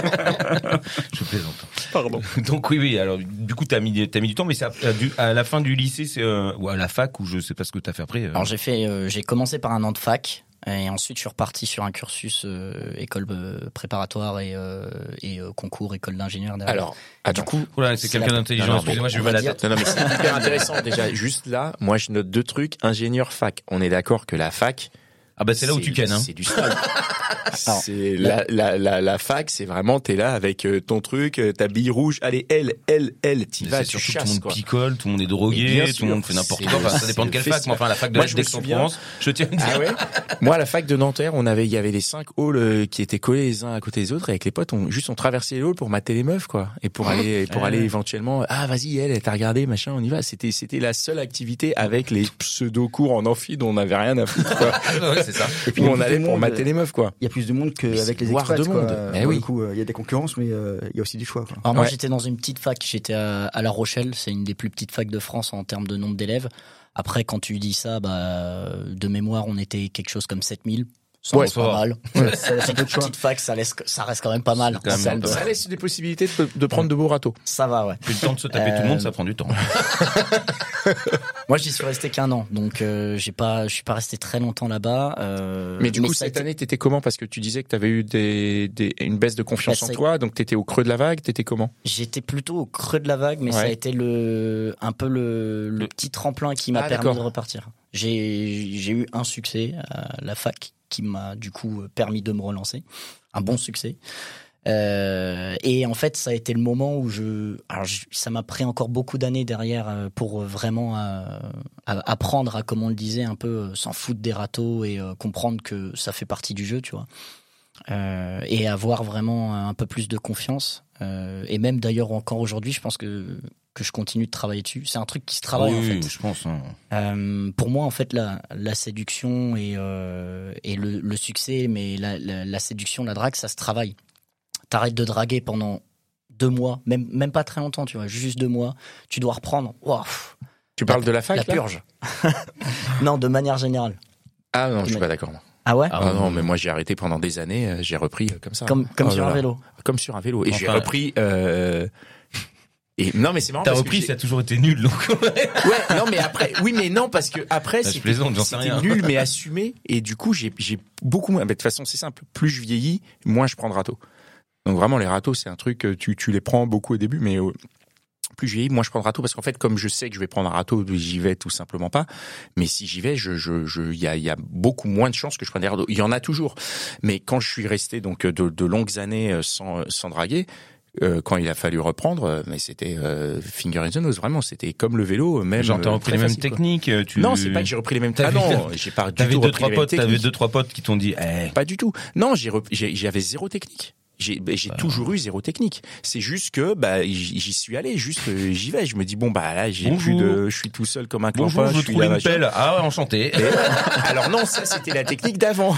Je plaisante. Pardon. Donc oui. Alors du coup, t'as mis du temps, mais c'est à la fin du lycée, c'est ou à la fac, ou je sais pas ce que t'as fait après. Alors j'ai commencé par un an de fac. Et ensuite, je suis reparti sur un cursus école préparatoire et concours école d'ingénieur. Alors, du coup, voilà, c'est quelqu'un d'intelligent. Excusez-moi, je vais pas la tête. Non, mais c'est hyper intéressant. Déjà, juste là, moi, je note 2 trucs. Ingénieur fac. On est d'accord que la fac. Ah bah c'est là où tu kennes. Hein. C'est du style. C'est la fac, c'est vraiment t'es là avec ton truc, ta bille rouge. Allez, elle, t'y vas, tu chasses. Tout le monde quoi. picole, tout le monde est drogué, tout le monde fait n'importe quoi. Enfin, ça dépend de quelle fac. Mais enfin, la fac de d'Aix-en-Provence, je tiens à me dire. Ah ouais. Moi, à la fac de Nanterre, il y avait les 5 halls qui étaient collés les uns à côté des autres. Et avec les potes, on traversait les halls pour mater les meufs, quoi. Et pour aller éventuellement, vas-y, elle t'a regardé, machin, on y va. C'était la seule activité avec les pseudo-cours en amphi dont on n'avait rien à foutre, quoi. Ouais, c'est ça. Et puis on allait pour mater les meufs, quoi. Il y a plus de monde qu'avec les expats, quoi. Mais oui. Du coup, il y a des concurrences, mais il y a aussi du choix, quoi. Alors moi, j'étais dans une petite fac. J'étais à La Rochelle. C'est une des plus petites facs de France en termes de nombre d'élèves. Après, quand tu dis ça, de mémoire, on était quelque chose comme 7000. Ça reste pas mal. C'est une petite fac, ça reste quand même pas mal. Ça laisse des possibilités de prendre de beaux râteaux. Ça va, ouais. Puis le temps de se taper tout le monde, ça prend du temps. Moi, j'y suis resté qu'1 an, donc je suis pas resté très longtemps là-bas. Mais du coup, cette année, t'étais comment? Parce que tu disais que t'avais eu une baisse de confiance en toi, donc t'étais au creux de la vague. T'étais comment? J'étais plutôt au creux de la vague, mais ça a été un peu le petit tremplin qui m'a permis de repartir. J'ai eu un succès à la fac qui m'a du coup permis de me relancer, un bon succès. Et en fait, ça a été le moment où ça m'a pris encore beaucoup d'années derrière pour vraiment apprendre à, comme on le disait, un peu s'en foutre des râteaux et comprendre que ça fait partie du jeu, tu vois. Et avoir vraiment un peu plus de confiance. Et même d'ailleurs encore aujourd'hui, je pense que je continue de travailler dessus. C'est un truc qui se travaille, en fait. Oui, je pense. Pour moi, en fait, la séduction et le succès, mais la séduction, la drague, ça se travaille. T'arrêtes de draguer pendant 2 mois, même pas très longtemps, tu vois, juste 2 mois. Tu dois reprendre. Wow. Tu parles de la fac, la purge. Non, de manière générale. Ah non, je suis pas d'accord. Ah ouais? Ah non, mais moi j'ai arrêté pendant des années, j'ai repris comme ça. Comme sur un vélo. Comme sur un vélo. Et j'ai repris. Et non, mais c'est marrant. T'as repris, ça a toujours été nul, donc. Ouais, non, mais après, oui, mais non, parce que après, c'était nul, mais assumé. Et du coup, j'ai beaucoup moins. De toute façon, c'est simple. Plus je vieillis, moins je prends de râteaux. Donc vraiment, les râteaux, c'est un truc, tu les prends beaucoup au début, mais plus je vieillis, moins je prends de râteaux, parce qu'en fait, comme je sais que je vais prendre un râteau, j'y vais tout simplement pas. Mais si j'y vais, il y a beaucoup moins de chances que je prenne des râteaux. Il y en a toujours. Mais quand je suis resté donc de longues années sans draguer, quand il a fallu reprendre, mais c'était finger in the nose, vraiment, c'était comme le vélo, même. Genre t'as repris les mêmes techniques. Non, c'est pas que j'ai repris les mêmes techniques. Ah non, j'ai pas du tout repris les mêmes techniques. T'avais 2-3 potes qui t'ont dit, Pas du tout. Non, j'avais 0 technique. J'ai toujours eu 0 technique. C'est juste que j'y suis allé, j'y vais. Je me dis là je suis tout seul comme un clampin. Bonjour, je trouve une pelle. Ah ouais, enchanté. Alors non, ça c'était la technique d'avant.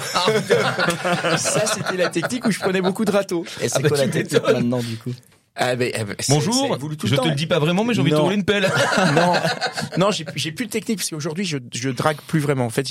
Ça c'était la technique où je prenais beaucoup de râteaux. Et c'est quoi la technique maintenant du coup? Bonjour, je te le dis pas vraiment, mais j'ai envie de rouler une pelle. Non, j'ai plus de technique parce qu'aujourd'hui je drague plus vraiment. En fait,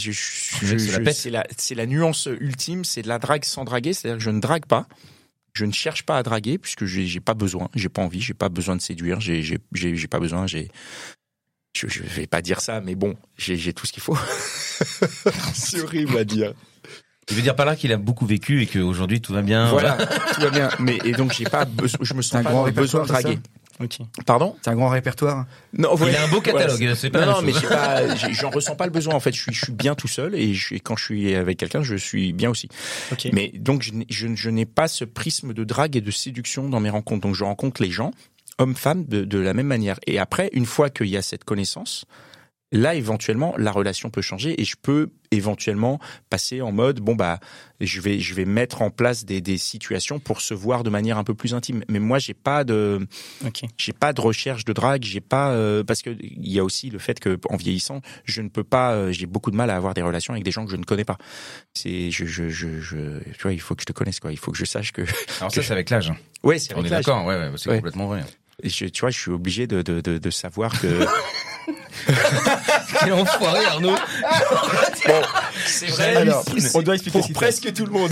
c'est la nuance ultime, c'est de la drague sans draguer, c'est-à-dire que je ne drague pas. Je ne cherche pas à draguer puisque j'ai pas besoin, j'ai pas envie, j'ai pas besoin de séduire, j'ai pas besoin, je vais pas dire ça, mais bon, j'ai tout ce qu'il faut. C'est horrible à dire. Je veux dire par là qu'il a beaucoup vécu et qu'aujourd'hui tout va bien. Voilà, tout va bien. Mais et donc je me sens pas dans le besoin de draguer. Ok. Pardon? C'est un grand répertoire. Non, Il a un beau catalogue, voilà, c'est pas non, la mais chose. j'en ressens pas le besoin. En fait, je suis bien tout seul et quand je suis avec quelqu'un, je suis bien aussi. Ok. Mais donc, je n'ai pas ce prisme de drague et de séduction dans mes rencontres. Donc, je rencontre les gens, hommes, femmes, de la même manière. Et après, une fois qu'il y a cette connaissance, là, éventuellement, la relation peut changer et je peux éventuellement passer en mode je vais mettre en place des situations pour se voir de manière un peu plus intime. Mais moi, j'ai pas de recherche de drague, j'ai pas parce que il y a aussi le fait que en vieillissant, je ne peux pas, j'ai beaucoup de mal à avoir des relations avec des gens que je ne connais pas. C'est tu vois, il faut que je te connaisse quoi, il faut que je sache que. Alors ça, c'est avec l'âge. Ouais, c'est On avec est l'âge. d'accord, ouais, c'est Ouais. complètement vrai. Et tu vois, je suis obligé de savoir que. Quel enfoiré, Arnaud. Bon, c'est vrai. Alors, on doit expliquer pour ce qui se presque tout le monde.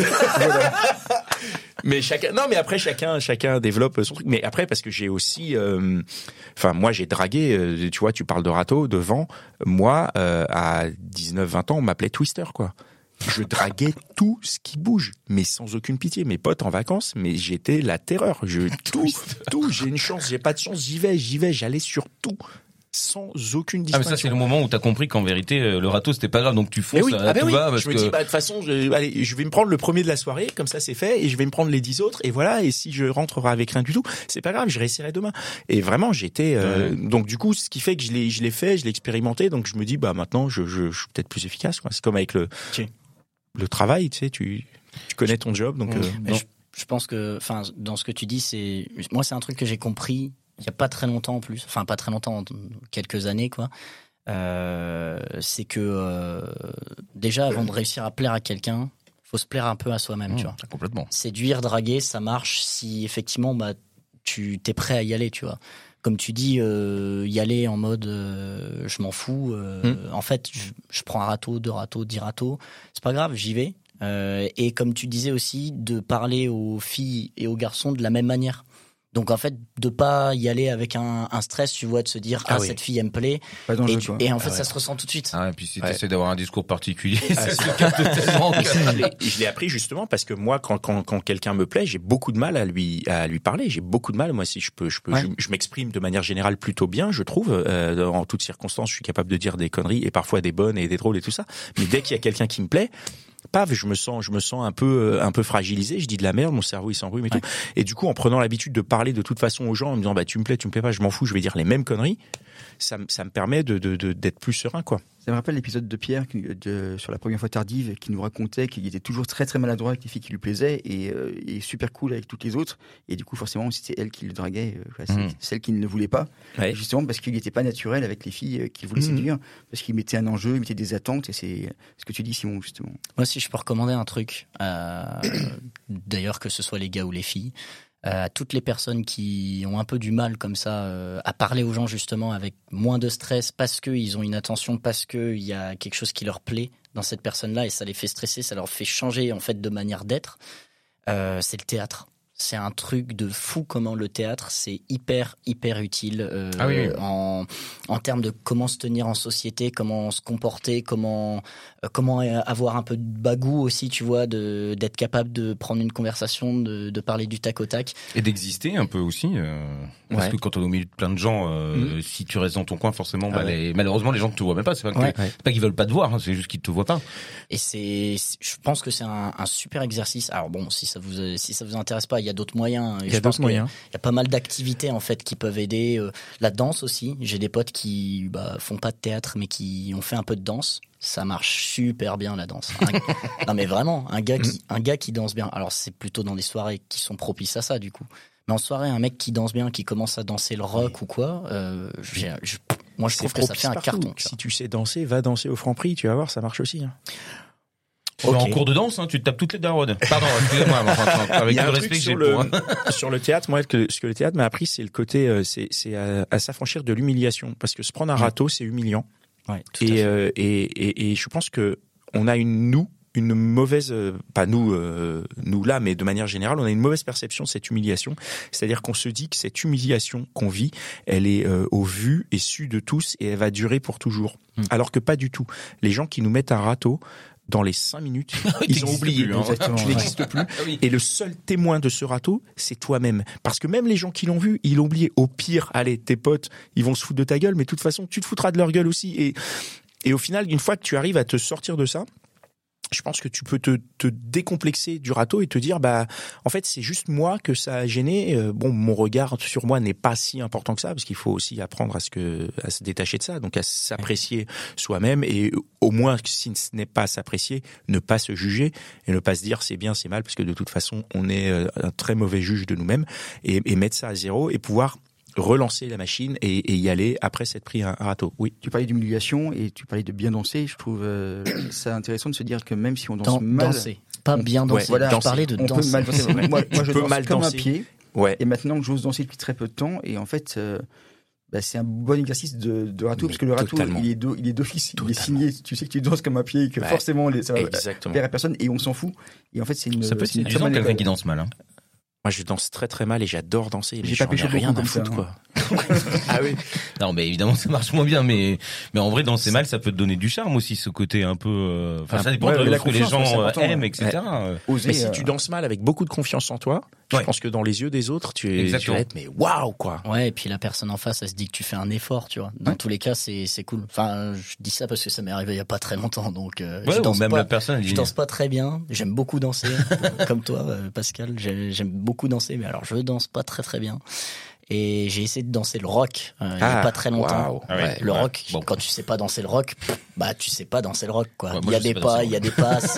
Mais après chacun développe son truc. Mais après parce que j'ai aussi, moi j'ai dragué. Tu vois, tu parles de râteau, de vent. Moi, à 19-20 ans, on m'appelait Twister quoi. Je draguais tout ce qui bouge, mais sans aucune pitié. Mes potes en vacances, mais j'étais la terreur. Tout. J'ai une chance, j'ai pas de chance, j'y vais. J'allais sur tout. Sans aucune Ah, mais distinction. ça, c'est le moment où t'as compris qu'en vérité, le râteau, c'était pas grave, donc tu fonces, oui, tout va, parce je me que... dis, de toute façon, je vais me prendre le premier de la soirée, comme ça c'est fait, et je vais me prendre les 10 autres, et voilà, et si je rentrerai avec rien du tout, c'est pas grave, je réessayerai demain. Et vraiment, j'étais, donc du coup, ce qui fait que je l'ai fait, je l'ai expérimenté, donc je me dis, maintenant, je suis peut-être plus efficace, quoi. C'est comme avec le travail, tu sais, tu connais ton job, donc, Je pense que, dans ce que tu dis, moi, c'est un truc que j'ai compris il y a pas très longtemps en plus, pas très longtemps, quelques années quoi. C'est que déjà avant de réussir à plaire à quelqu'un, faut se plaire un peu à soi-même, tu vois. Complètement. Séduire, draguer, ça marche si effectivement tu t'es prêt à y aller, tu vois. Comme tu dis, y aller en mode je m'en fous. En fait, je prends un râteau, 2 râteaux, 10 râteaux, c'est pas grave, j'y vais. Et comme tu disais aussi, de parler aux filles et aux garçons de la même manière. Donc en fait, de pas y aller avec un stress, tu vois, de se dire oui. cette fille elle me plaît, Pas dans le jeu, quoi. et en fait ça se ressent tout de suite. Ah, et puis si t'essaies d'avoir un discours particulier, ça se capte tellement. je l'ai appris justement parce que moi, quand quelqu'un me plaît, j'ai beaucoup de mal à lui parler. J'ai beaucoup de mal. Moi, si je peux, je m'exprime de manière générale plutôt bien, je trouve. En toutes circonstances, je suis capable de dire des conneries et parfois des bonnes et des drôles et tout ça. Mais dès qu'il y a quelqu'un qui me plaît, je me sens un peu fragilisé, je dis de la merde, mon cerveau il s'embrume et tout. Et du coup, en prenant l'habitude de parler de toute façon aux gens, en me disant tu me plais pas, je m'en fous, je vais dire les mêmes conneries, ça me permet d'être plus serein quoi. Ça me rappelle l'épisode de Pierre sur la première fois tardive, qui nous racontait qu'il était toujours très très maladroit avec les filles qui lui plaisaient et super cool avec toutes les autres. Et du coup, forcément, c'était elle qui le draguait, celle qui ne le voulait pas. Ouais. Justement parce qu'il n'était pas naturel avec les filles qu'il voulait séduire, parce qu'il mettait un enjeu, il mettait des attentes. Et c'est ce que tu dis, Simon, justement. Moi, si je peux recommander un truc, d'ailleurs que ce soit les gars ou les filles, à toutes les personnes qui ont un peu du mal comme ça à parler aux gens justement avec moins de stress parce qu'ils ont une attention, parce qu'il y a quelque chose qui leur plaît dans cette personne-là et ça les fait stresser, ça leur fait changer en fait de manière d'être, c'est le théâtre. C'est un truc de fou comment le théâtre c'est hyper utile en termes de comment se tenir en société, comment se comporter, comment avoir un peu de bagou aussi, tu vois, d'être capable de prendre une conversation, de parler du tac au tac et d'exister un peu aussi parce que quand on est au milieu de plein de gens, si tu restes dans ton coin, forcément malheureusement les gens ne te voient même pas. C'est pas qu'ils veulent pas te voir, c'est juste qu'ils te voient pas. Et je pense que c'est un super exercice. Alors bon, si ça vous intéresse pas, il y a d'autres moyens. Il y a pas mal d'activités en fait qui peuvent aider. La danse aussi. J'ai des potes qui font pas de théâtre mais qui ont fait un peu de danse. Ça marche super bien la danse. Non mais vraiment, un gars qui danse bien. Alors c'est plutôt dans des soirées qui sont propices à ça du coup. Mais en soirée, un mec qui danse bien, qui commence à danser le rock ou quoi, moi je trouve que ça fait un carton. Si tu sais danser, va danser au Franprix, tu vas voir, ça marche aussi. Hein. En cours de danse, tu te tapes toutes les daronnes. Pardon, excusez-moi, avec tout le respect que j'ai pour... Sur le théâtre, moi, ce que le théâtre m'a appris, c'est le côté, c'est à s'affranchir de l'humiliation. Parce que se prendre un râteau, c'est humiliant. Ouais, tout à fait. Et je pense que on a une mauvaise, pas nous là, mais de manière générale, on a une mauvaise perception de cette humiliation. C'est-à-dire qu'on se dit que cette humiliation qu'on vit, elle est au vu et su de tous et elle va durer pour toujours. Alors que pas du tout. Les gens qui nous mettent un râteau, dans les 5 minutes, ils ont oublié. Plus, hein. Tu n'existes plus. Oui. Et le seul témoin de ce râteau, c'est toi-même. Parce que même les gens qui l'ont vu, ils l'ont oublié. Au pire, allez, tes potes, ils vont se foutre de ta gueule, mais de toute façon, tu te foutras de leur gueule aussi. Et au final, une fois que tu arrives à te sortir de ça, je pense que tu peux te décomplexer du râteau et te dire, en fait, c'est juste moi que ça a gêné. Mon regard sur moi n'est pas si important que ça, parce qu'il faut aussi apprendre à se détacher de ça, donc à s'apprécier soi-même, et au moins, si ce n'est pas s'apprécier, ne pas se juger et ne pas se dire c'est bien, c'est mal, parce que de toute façon, on est un très mauvais juge de nous-mêmes, et mettre ça à zéro et pouvoir relancer la machine et y aller après s'être pris un râteau. Oui. Tu parlais d'humiliation et tu parlais de bien danser. Je trouve ça intéressant de se dire que même si on danse mal, danser, pas bien danser. Voilà, je parlais de on danser. peut mal danser. moi je danse mal comme danser. un pied. Ouais. Et maintenant que j'ose danser depuis très peu de temps, et en fait, c'est un bon exercice de râteau, parce que le râteau, il est d'office, il est signé. Tu sais que tu danses comme un pied et que forcément ça va plaire à personne, et on s'en fout. Et en fait, c'est une. Ça peut être une très quelqu'un qui danse mal. Hein. Moi, je danse très très mal et j'adore danser. J'ai pas péché rien à comme foutre, ça, quoi. Ah oui. Non, mais évidemment, ça marche moins bien, mais en vrai, danser mal, ça peut te donner du charme aussi, ce côté un peu. Ça dépend de ce que les gens aiment, etc. Mais si tu danses mal avec beaucoup de confiance en toi, je pense que dans les yeux des autres, tu vas être mais waouh, quoi. Ouais, et puis la personne en face, elle se dit que tu fais un effort, tu vois. Dans tous les cas, c'est cool. Enfin, je dis ça parce que ça m'est arrivé il y a pas très longtemps, donc je danse même pas. la personne. Je danse pas très bien. J'aime beaucoup danser, comme toi, Pascal. J'aime beaucoup danser, mais alors je danse pas très très bien. Et j'ai essayé de danser le rock il y a pas très longtemps. Wow. Le rock, quand tu sais pas danser le rock, tu sais pas danser le rock, quoi. Ouais, Il y a des pas, il y a des passes.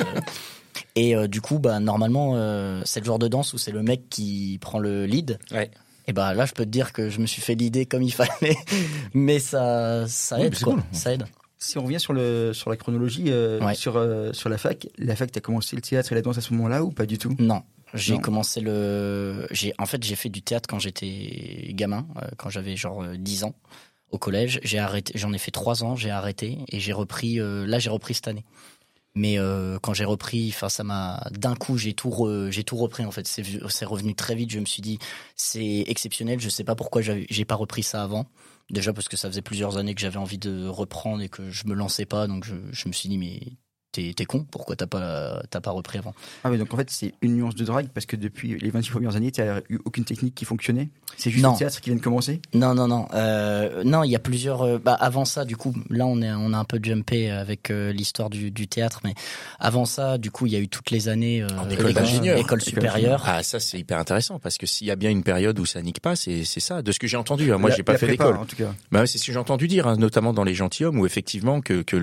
Et du coup, normalement, c'est le genre de danse où c'est le mec qui prend le lead. Ouais. Et là, je peux te dire que je me suis fait l'idée comme il fallait, mais ça aide, quoi. Cool. Ça aide. Si on revient sur la chronologie, sur la fac, t'as commencé le théâtre et la danse à ce moment-là ou pas du tout? Non. J'ai commencé j'ai fait du théâtre quand j'étais gamin, quand j'avais genre 10 ans au collège. J'ai arrêté, j'en ai fait 3 ans, j'ai arrêté et j'ai repris cette année. Mais quand j'ai repris, d'un coup, j'ai tout repris en fait. C'est revenu très vite. Je me suis dit, c'est exceptionnel. Je sais pas pourquoi j'ai pas repris ça avant. Déjà parce que ça faisait plusieurs années que j'avais envie de reprendre et que je me lançais pas. Donc je me suis dit, mais t'es con, pourquoi t'as pas repris avant? Ah oui, donc en fait c'est une nuance de drague, parce que depuis les 26 premières années t'as eu aucune technique qui fonctionnait? C'est juste le théâtre qui vient de commencer? Non, il y a plusieurs. Avant ça, du coup, là on a un peu jumpé avec l'histoire du théâtre, mais avant ça, du coup, il y a eu toutes les années en école d'ingénieur, école supérieure. Ah, ça c'est hyper intéressant, parce que s'il y a bien une période où ça nique pas, c'est ça, de ce que j'ai entendu. Moi, j'ai pas fait d'école. En tout cas. C'est ce que j'ai entendu dire, notamment dans Les Gentilshommes, où effectivement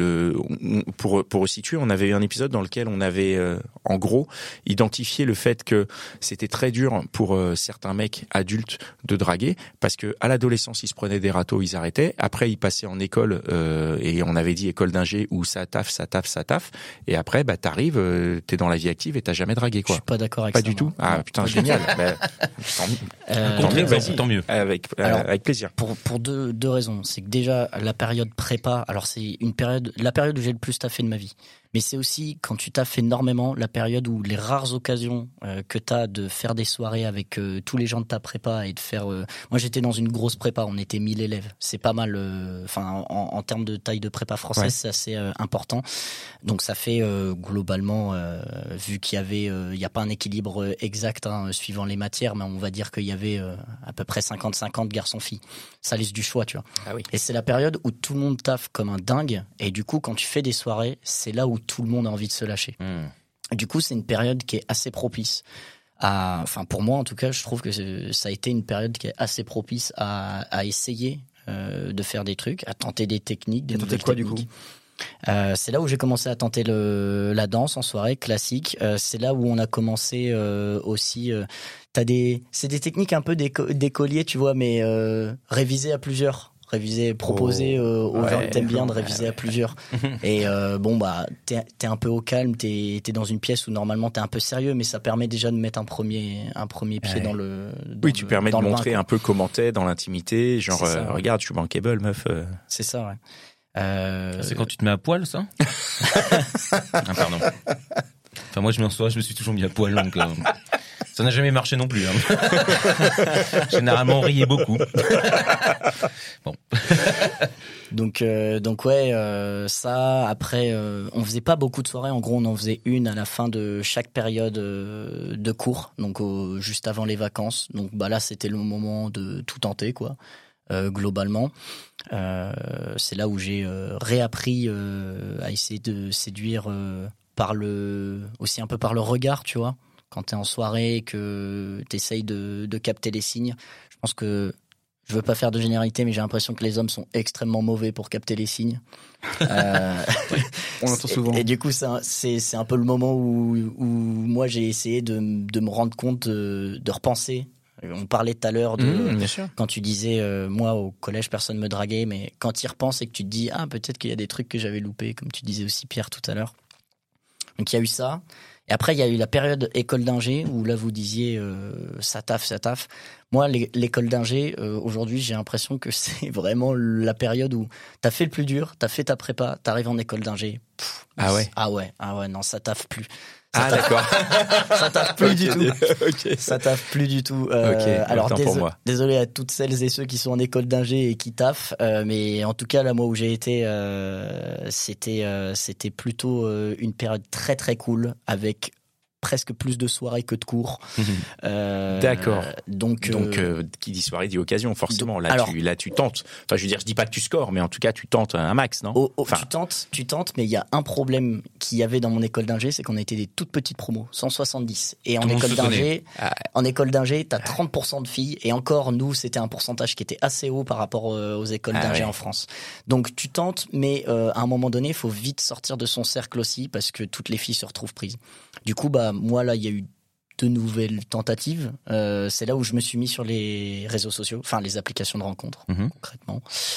pour situer, on avait eu un épisode dans lequel on avait en gros identifié le fait que c'était très dur pour certains mecs adultes de draguer, parce que à l'adolescence ils se prenaient des râteaux, ils arrêtaient, après ils passaient en école et on avait dit école d'ingé où ça taffe, et après t'arrives, t'es dans la vie active et t'as jamais dragué, quoi. Je suis pas d'accord avec ça. Pas du tout. Ah putain, génial. Tant mieux. Avec plaisir. Pour deux raisons. C'est que déjà la période prépa, alors c'est la période où j'ai le plus taffé de ma vie. Mais c'est aussi, quand tu taffes énormément, la période où les rares occasions que tu as de faire des soirées avec tous les gens de ta prépa et de faire... Moi, j'étais dans une grosse prépa, on était 1000 élèves. C'est pas mal, en termes de taille de prépa française, c'est assez important. Donc ça fait globalement, vu qu'il y avait... Il n'y a pas un équilibre exact suivant les matières, mais on va dire qu'il y avait à peu près 50-50 garçons-filles. Ça laisse du choix, tu vois. Ah oui. Et c'est la période où tout le monde taffe comme un dingue. Et du coup, quand tu fais des soirées, c'est là où tout le monde a envie de se lâcher. Du coup, c'est une période qui est assez propice pour moi en tout cas, je trouve que ça a été une période qui est assez propice à essayer de faire des trucs, à tenter des techniques, des nouvelles techniques. Du coup c'est là où j'ai commencé à tenter la danse en soirée classique. C'est là où on a commencé aussi. C'est des techniques un peu d'écolier, tu vois, mais révisées à plusieurs. Proposer aux gens que t'aimes bien de réviser à plusieurs. Et t'es un peu au calme, t'es dans une pièce où normalement t'es un peu sérieux, mais ça permet déjà de mettre un premier pied dans le. Tu permets de montrer un peu comment t'es dans l'intimité, genre regarde, je suis bankable, meuf. C'est ça, ouais. C'est quand tu te mets à poil, ça? Pardon. Enfin, moi, je me suis toujours mis à poil, donc ça n'a jamais marché non plus. Hein. Généralement, on riait beaucoup. Bon. Donc ouais, ça. Après, on faisait pas beaucoup de soirées. En gros, on en faisait une à la fin de chaque période de cours, donc juste avant les vacances. Donc bah là, c'était le moment de tout tenter, quoi. Globalement, c'est là où j'ai réappris à essayer de séduire aussi un peu par le regard, tu vois. Quand t'es en soirée et que t'essayes de capter les signes, je pense que je veux pas faire de généralité, mais j'ai l'impression que les hommes sont extrêmement mauvais pour capter les signes. On l'entend souvent. Et du coup, c'est un peu le moment où moi j'ai essayé de me rendre compte, de repenser. On parlait tout à l'heure de bien sûr. quand tu disais moi au collège personne me draguait, mais quand tu y repenses et que tu te dis peut-être qu'il y a des trucs que j'avais loupés, comme tu disais aussi Pierre tout à l'heure. Donc il y a eu ça. Et après il y a eu la période école d'ingé où là vous disiez ça taffe. Moi l'école d'ingé aujourd'hui j'ai l'impression que c'est vraiment la période où t'as fait le plus dur, t'as fait ta prépa, t'arrives en école d'ingé. Ah ouais non ça taffe plus. D'accord. Ça taffe plus du tout. Okay. Ça taffe plus du tout. Alors désolé à toutes celles et ceux qui sont en école d'ingé et qui taffent, mais en tout cas là moi où j'ai été, c'était plutôt une période très très cool avec presque plus de soirées que de cours. D'accord. Donc qui dit soirée dit occasion forcément. Là tu tentes. Enfin je veux dire je dis pas que tu scores mais en tout cas tu tentes un max, non? Tu tentes mais il y a un problème qu'il y avait dans mon école d'ingé, c'est qu'on était des toutes petites promos, 170 et en école d'ingé, t'as 30% de filles et encore nous c'était un pourcentage qui était assez haut par rapport aux écoles d'ingé en France. Donc tu tentes mais à un moment donné, il faut vite sortir de son cercle aussi parce que toutes les filles se retrouvent prises. Du coup moi là il y a eu 2 nouvelles tentatives, c'est là où je me suis mis sur les réseaux sociaux, enfin les applications de rencontres concrètement.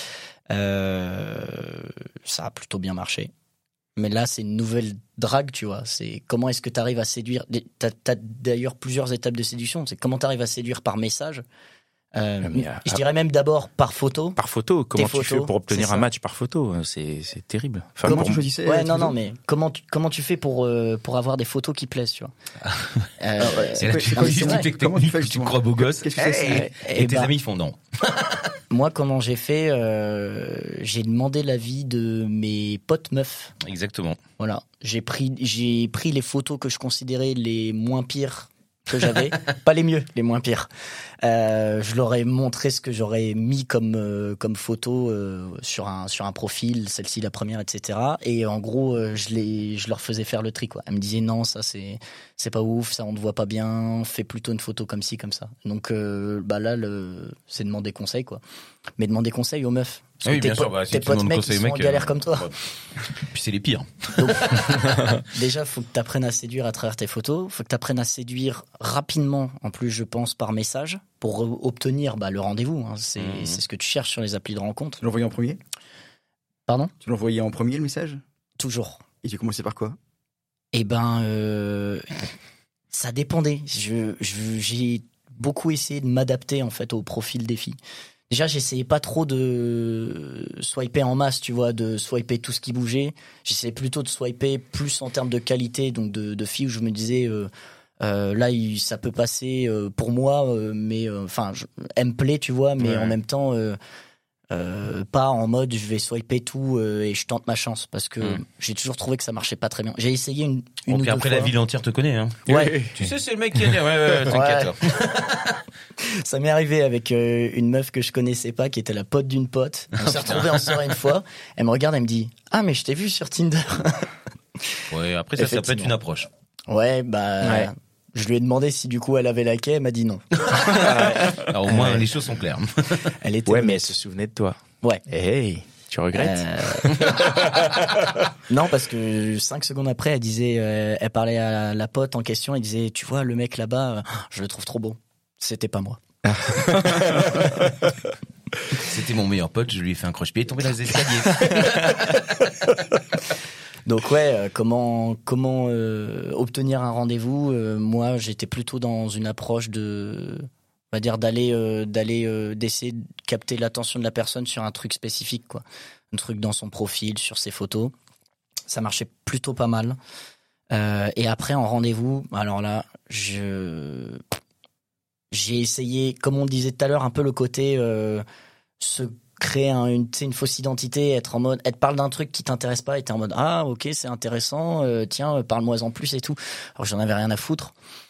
Ça a plutôt bien marché. Mais là c'est une nouvelle drague, tu vois, c'est comment est-ce que tu arrives à séduire, t'as d'ailleurs plusieurs étapes de séduction, c'est comment tu arrives à séduire par message. Je dirais même d'abord par photo. Par photo, comment tu fais pour obtenir un match par photo? C'est terrible. Enfin, comment tu choisissais? Ouais, non, mais comment tu fais pour avoir des photos qui plaisent, tu vois? Comment tu fais? Tu crois beau gosse? Qu'est-ce que c'est? Et tes amis font non. Moi, comment j'ai fait? J'ai demandé l'avis de mes potes meufs. Exactement. Voilà, j'ai pris les photos que je considérais les moins pires que j'avais, pas les mieux, les moins pires. Je leur ai montré ce que j'aurais mis comme photo sur un profil, celle-ci la première, etc. Et en gros, je leur faisais faire le tri, quoi. Elles me disaient non, ça c'est pas ouf, ça on te voit pas bien, fais plutôt une photo comme ci, comme ça. Donc là, c'est demander conseil, quoi. Mais demander conseil aux meufs. Oui, bien sûr. Tes potes mecs qui sont en galère comme toi. Puis c'est les pires. Donc, déjà, faut que tu apprennes à séduire à travers tes photos. Faut que tu apprennes à séduire rapidement, en plus, je pense, par message, pour obtenir le rendez-vous. Hein. C'est ce que tu cherches sur les applis de rencontre. Tu l'envoyais en premier? Pardon? Tu l'envoyais en premier, le message? Toujours. Et tu commençais par quoi? Ça dépendait. J'ai beaucoup essayé de m'adapter, en fait, au profil des filles. Déjà, j'essayais pas trop de swiper en masse, tu vois, de swiper tout ce qui bougeait. J'essayais plutôt de swiper plus en termes de qualité, donc de filles où je me disais, là, ça peut passer pour moi, mais elle me plaît, tu vois, mais en même temps, pas en mode je vais swiper tout et je tente ma chance, parce que j'ai toujours trouvé que ça marchait pas très bien. J'ai essayé une ou deux fois. Après, la ville entière te connaît, hein. Ouais. Tu sais, c'est le mec qui a dit, ouais, t'inquiète. Ça m'est arrivé avec une meuf que je connaissais pas, qui était la pote d'une pote. On s'est retrouvés en soirée une fois. Elle me regarde, elle me dit « Ah, mais je t'ai vu sur Tinder. » Ouais, après ça peut être une approche. Ouais, je lui ai demandé si du coup elle avait liké, elle m'a dit non. Alors au moins les choses sont claires. Elle était mais elle se souvenait de toi. Ouais. Hey, tu regrettes? Non, parce que 5 secondes après, elle disait, elle parlait à la pote en question, elle disait, tu vois, le mec là-bas, je le trouve trop beau. C'était pas moi. C'était mon meilleur pote, je lui ai fait un croche-pied, il est tombé dans les escaliers. Donc ouais, comment obtenir un rendez-vous? Moi, j'étais plutôt dans une approche on va dire d'essayer de capter l'attention de la personne sur un truc spécifique, quoi. Un truc dans son profil, sur ses photos. Ça marchait plutôt pas mal. Et après, en rendez-vous, alors là, j'ai essayé, comme on disait tout à l'heure, un peu le côté se créer une fausse identité, être en mode, elle te parle d'un truc qui t'intéresse pas et t'es en mode ah ok c'est intéressant, tiens parle-moi en plus et tout. Alors j'en avais rien à foutre.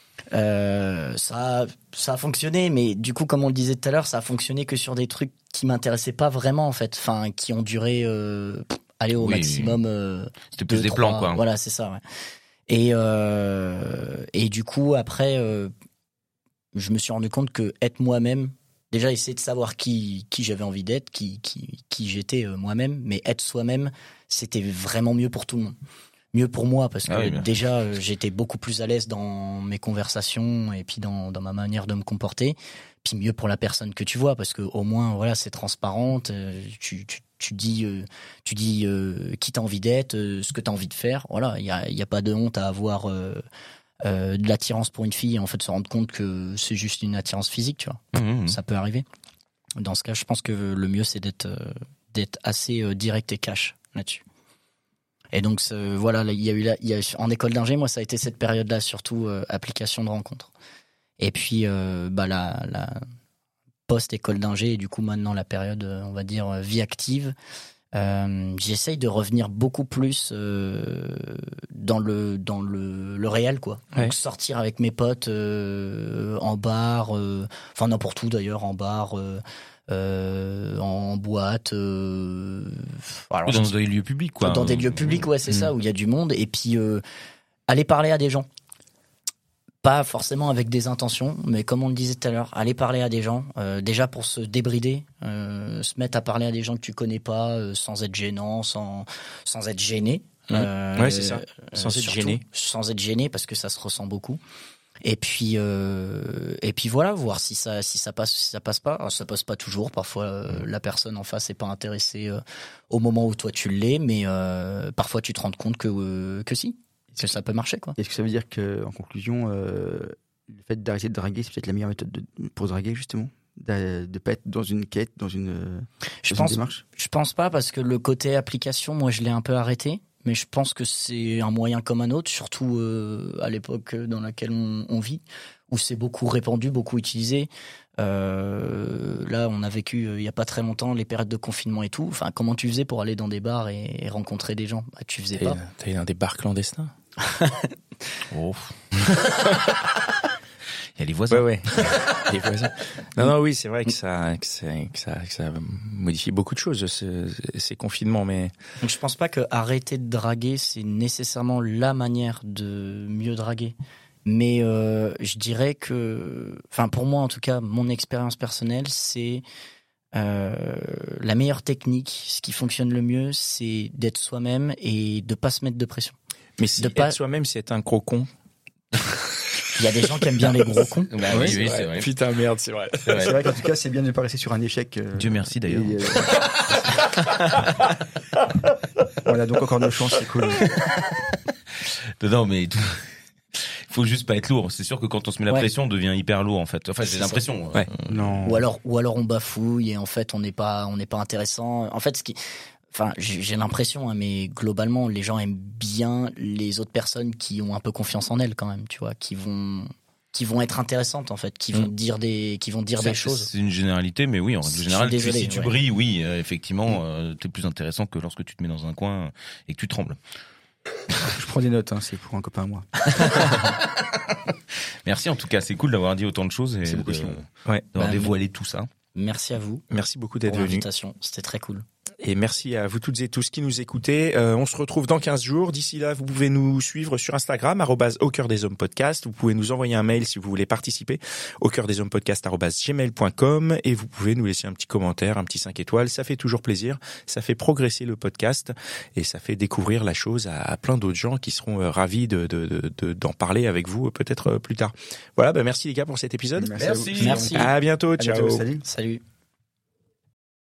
Ça a fonctionné, mais du coup comme on le disait tout à l'heure, ça a fonctionné que sur des trucs qui m'intéressaient pas vraiment en fait, enfin qui ont duré aller au maximum. C'était plus des plans quoi. Voilà c'est ça. Ouais. Et du coup après, je me suis rendu compte que être moi-même. Déjà, essayer de savoir qui j'avais envie d'être, qui j'étais moi-même, mais être soi-même, c'était vraiment mieux pour tout le monde. Mieux pour moi, parce que déjà, j'étais beaucoup plus à l'aise dans mes conversations et puis dans ma manière de me comporter. Puis mieux pour la personne que tu vois, parce que au moins, voilà, c'est transparente. Tu dis qui t'as envie d'être, ce que t'as envie de faire. Voilà, il y a pas de honte à avoir. De l'attirance pour une fille et en fait se rendre compte que c'est juste une attirance physique, tu vois. Ça peut arriver. Dans ce cas, je pense que le mieux c'est d'être assez direct et cash là-dessus. Et donc voilà, il y a en école d'ingé, moi ça a été cette période-là surtout application de rencontre. Et puis la post école d'ingé et du coup maintenant la période on va dire vie active. J'essaye de revenir beaucoup plus dans le réel quoi. Donc sortir avec mes potes en bar, enfin n'importe où d'ailleurs, en bar, en boîte. Alors, dans des lieux publics quoi. Dans des lieux publics ouais c'est ça où il y a du monde et puis aller parler à des gens. Pas forcément avec des intentions, mais comme on le disait tout à l'heure, aller parler à des gens, déjà pour se débrider, se mettre à parler à des gens que tu connais pas, sans être gênant, sans être gêné. Ouais, c'est ça. Sans être gêné. Sans être gêné, parce que ça se ressent beaucoup. Et puis voilà, voir si ça passe, si ça passe pas. Alors, ça passe pas toujours. Parfois, la personne en face est pas intéressée au moment où toi tu l'es, mais parfois tu te rends compte que si. Que ça peut marcher quoi. Est-ce que ça veut dire que, en conclusion, le fait d'arrêter de draguer, c'est peut-être la meilleure méthode pour draguer justement, de pas être dans une quête, dans une démarche? Je pense pas parce que le côté application, moi je l'ai un peu arrêté, mais je pense que c'est un moyen comme un autre, surtout à l'époque dans laquelle on vit, où c'est beaucoup répandu, beaucoup utilisé. Là, on a vécu il y a pas très longtemps les périodes de confinement et tout. Enfin, comment tu faisais pour aller dans des bars et rencontrer des gens? Tu faisais pas. T'es dans des bars clandestins. Oh. Il y a les voisins. Ouais. Les voisins. Non, oui, c'est vrai que ça modifie beaucoup de choses, ces confinements, mais. Donc, je pense pas que arrêter de draguer, c'est nécessairement la manière de mieux draguer. Mais je dirais que, enfin pour moi en tout cas, mon expérience personnelle, c'est la meilleure technique, ce qui fonctionne le mieux, c'est d'être soi-même et de pas se mettre de pression. Mais si être soi-même, c'est être un gros con. Il y a des gens qui aiment bien les gros cons. Bah oui, c'est vrai. Putain, merde, c'est vrai. C'est vrai qu'en tout cas, c'est bien de ne pas rester sur un échec. Dieu merci d'ailleurs. On a donc encore nos chances, c'est cool. Non, mais faut juste pas être lourd. C'est sûr que quand on se met la pression, on devient hyper lourd en fait. Enfin, j'ai l'impression. Ouais. Non. Ou alors on bafouille et en fait on n'est pas intéressant. En fait, j'ai l'impression, hein, mais globalement, les gens aiment bien les autres personnes qui ont un peu confiance en elles quand même, tu vois, qui vont être intéressantes en fait, qui vont dire des choses. C'est une généralité, mais oui, en règle générale, désolé, si tu brilles, oui, effectivement, t'es plus intéressant que lorsque tu te mets dans un coin et que tu trembles. Je prends des notes, hein, c'est pour un copain à moi. Merci en tout cas, c'est cool d'avoir dit autant de choses et d'avoir dévoilé tout ça. Merci à vous. Merci beaucoup d'être venu. C'était très cool. Et merci à vous toutes et tous qui nous écoutez. On se retrouve dans 15 jours. D'ici là, vous pouvez nous suivre sur Instagram, @aucoeurdeshommes-podcast. Vous pouvez nous envoyer un mail si vous voulez participer, aucoeurdeshommes-podcast@gmail.com. Et vous pouvez nous laisser un petit commentaire, un petit 5 étoiles. Ça fait toujours plaisir. Ça fait progresser le podcast et ça fait découvrir la chose à plein d'autres gens qui seront ravis d'en parler avec vous peut-être plus tard. Voilà, merci les gars pour cet épisode. Merci. À bientôt. Ciao. Salut. Salut.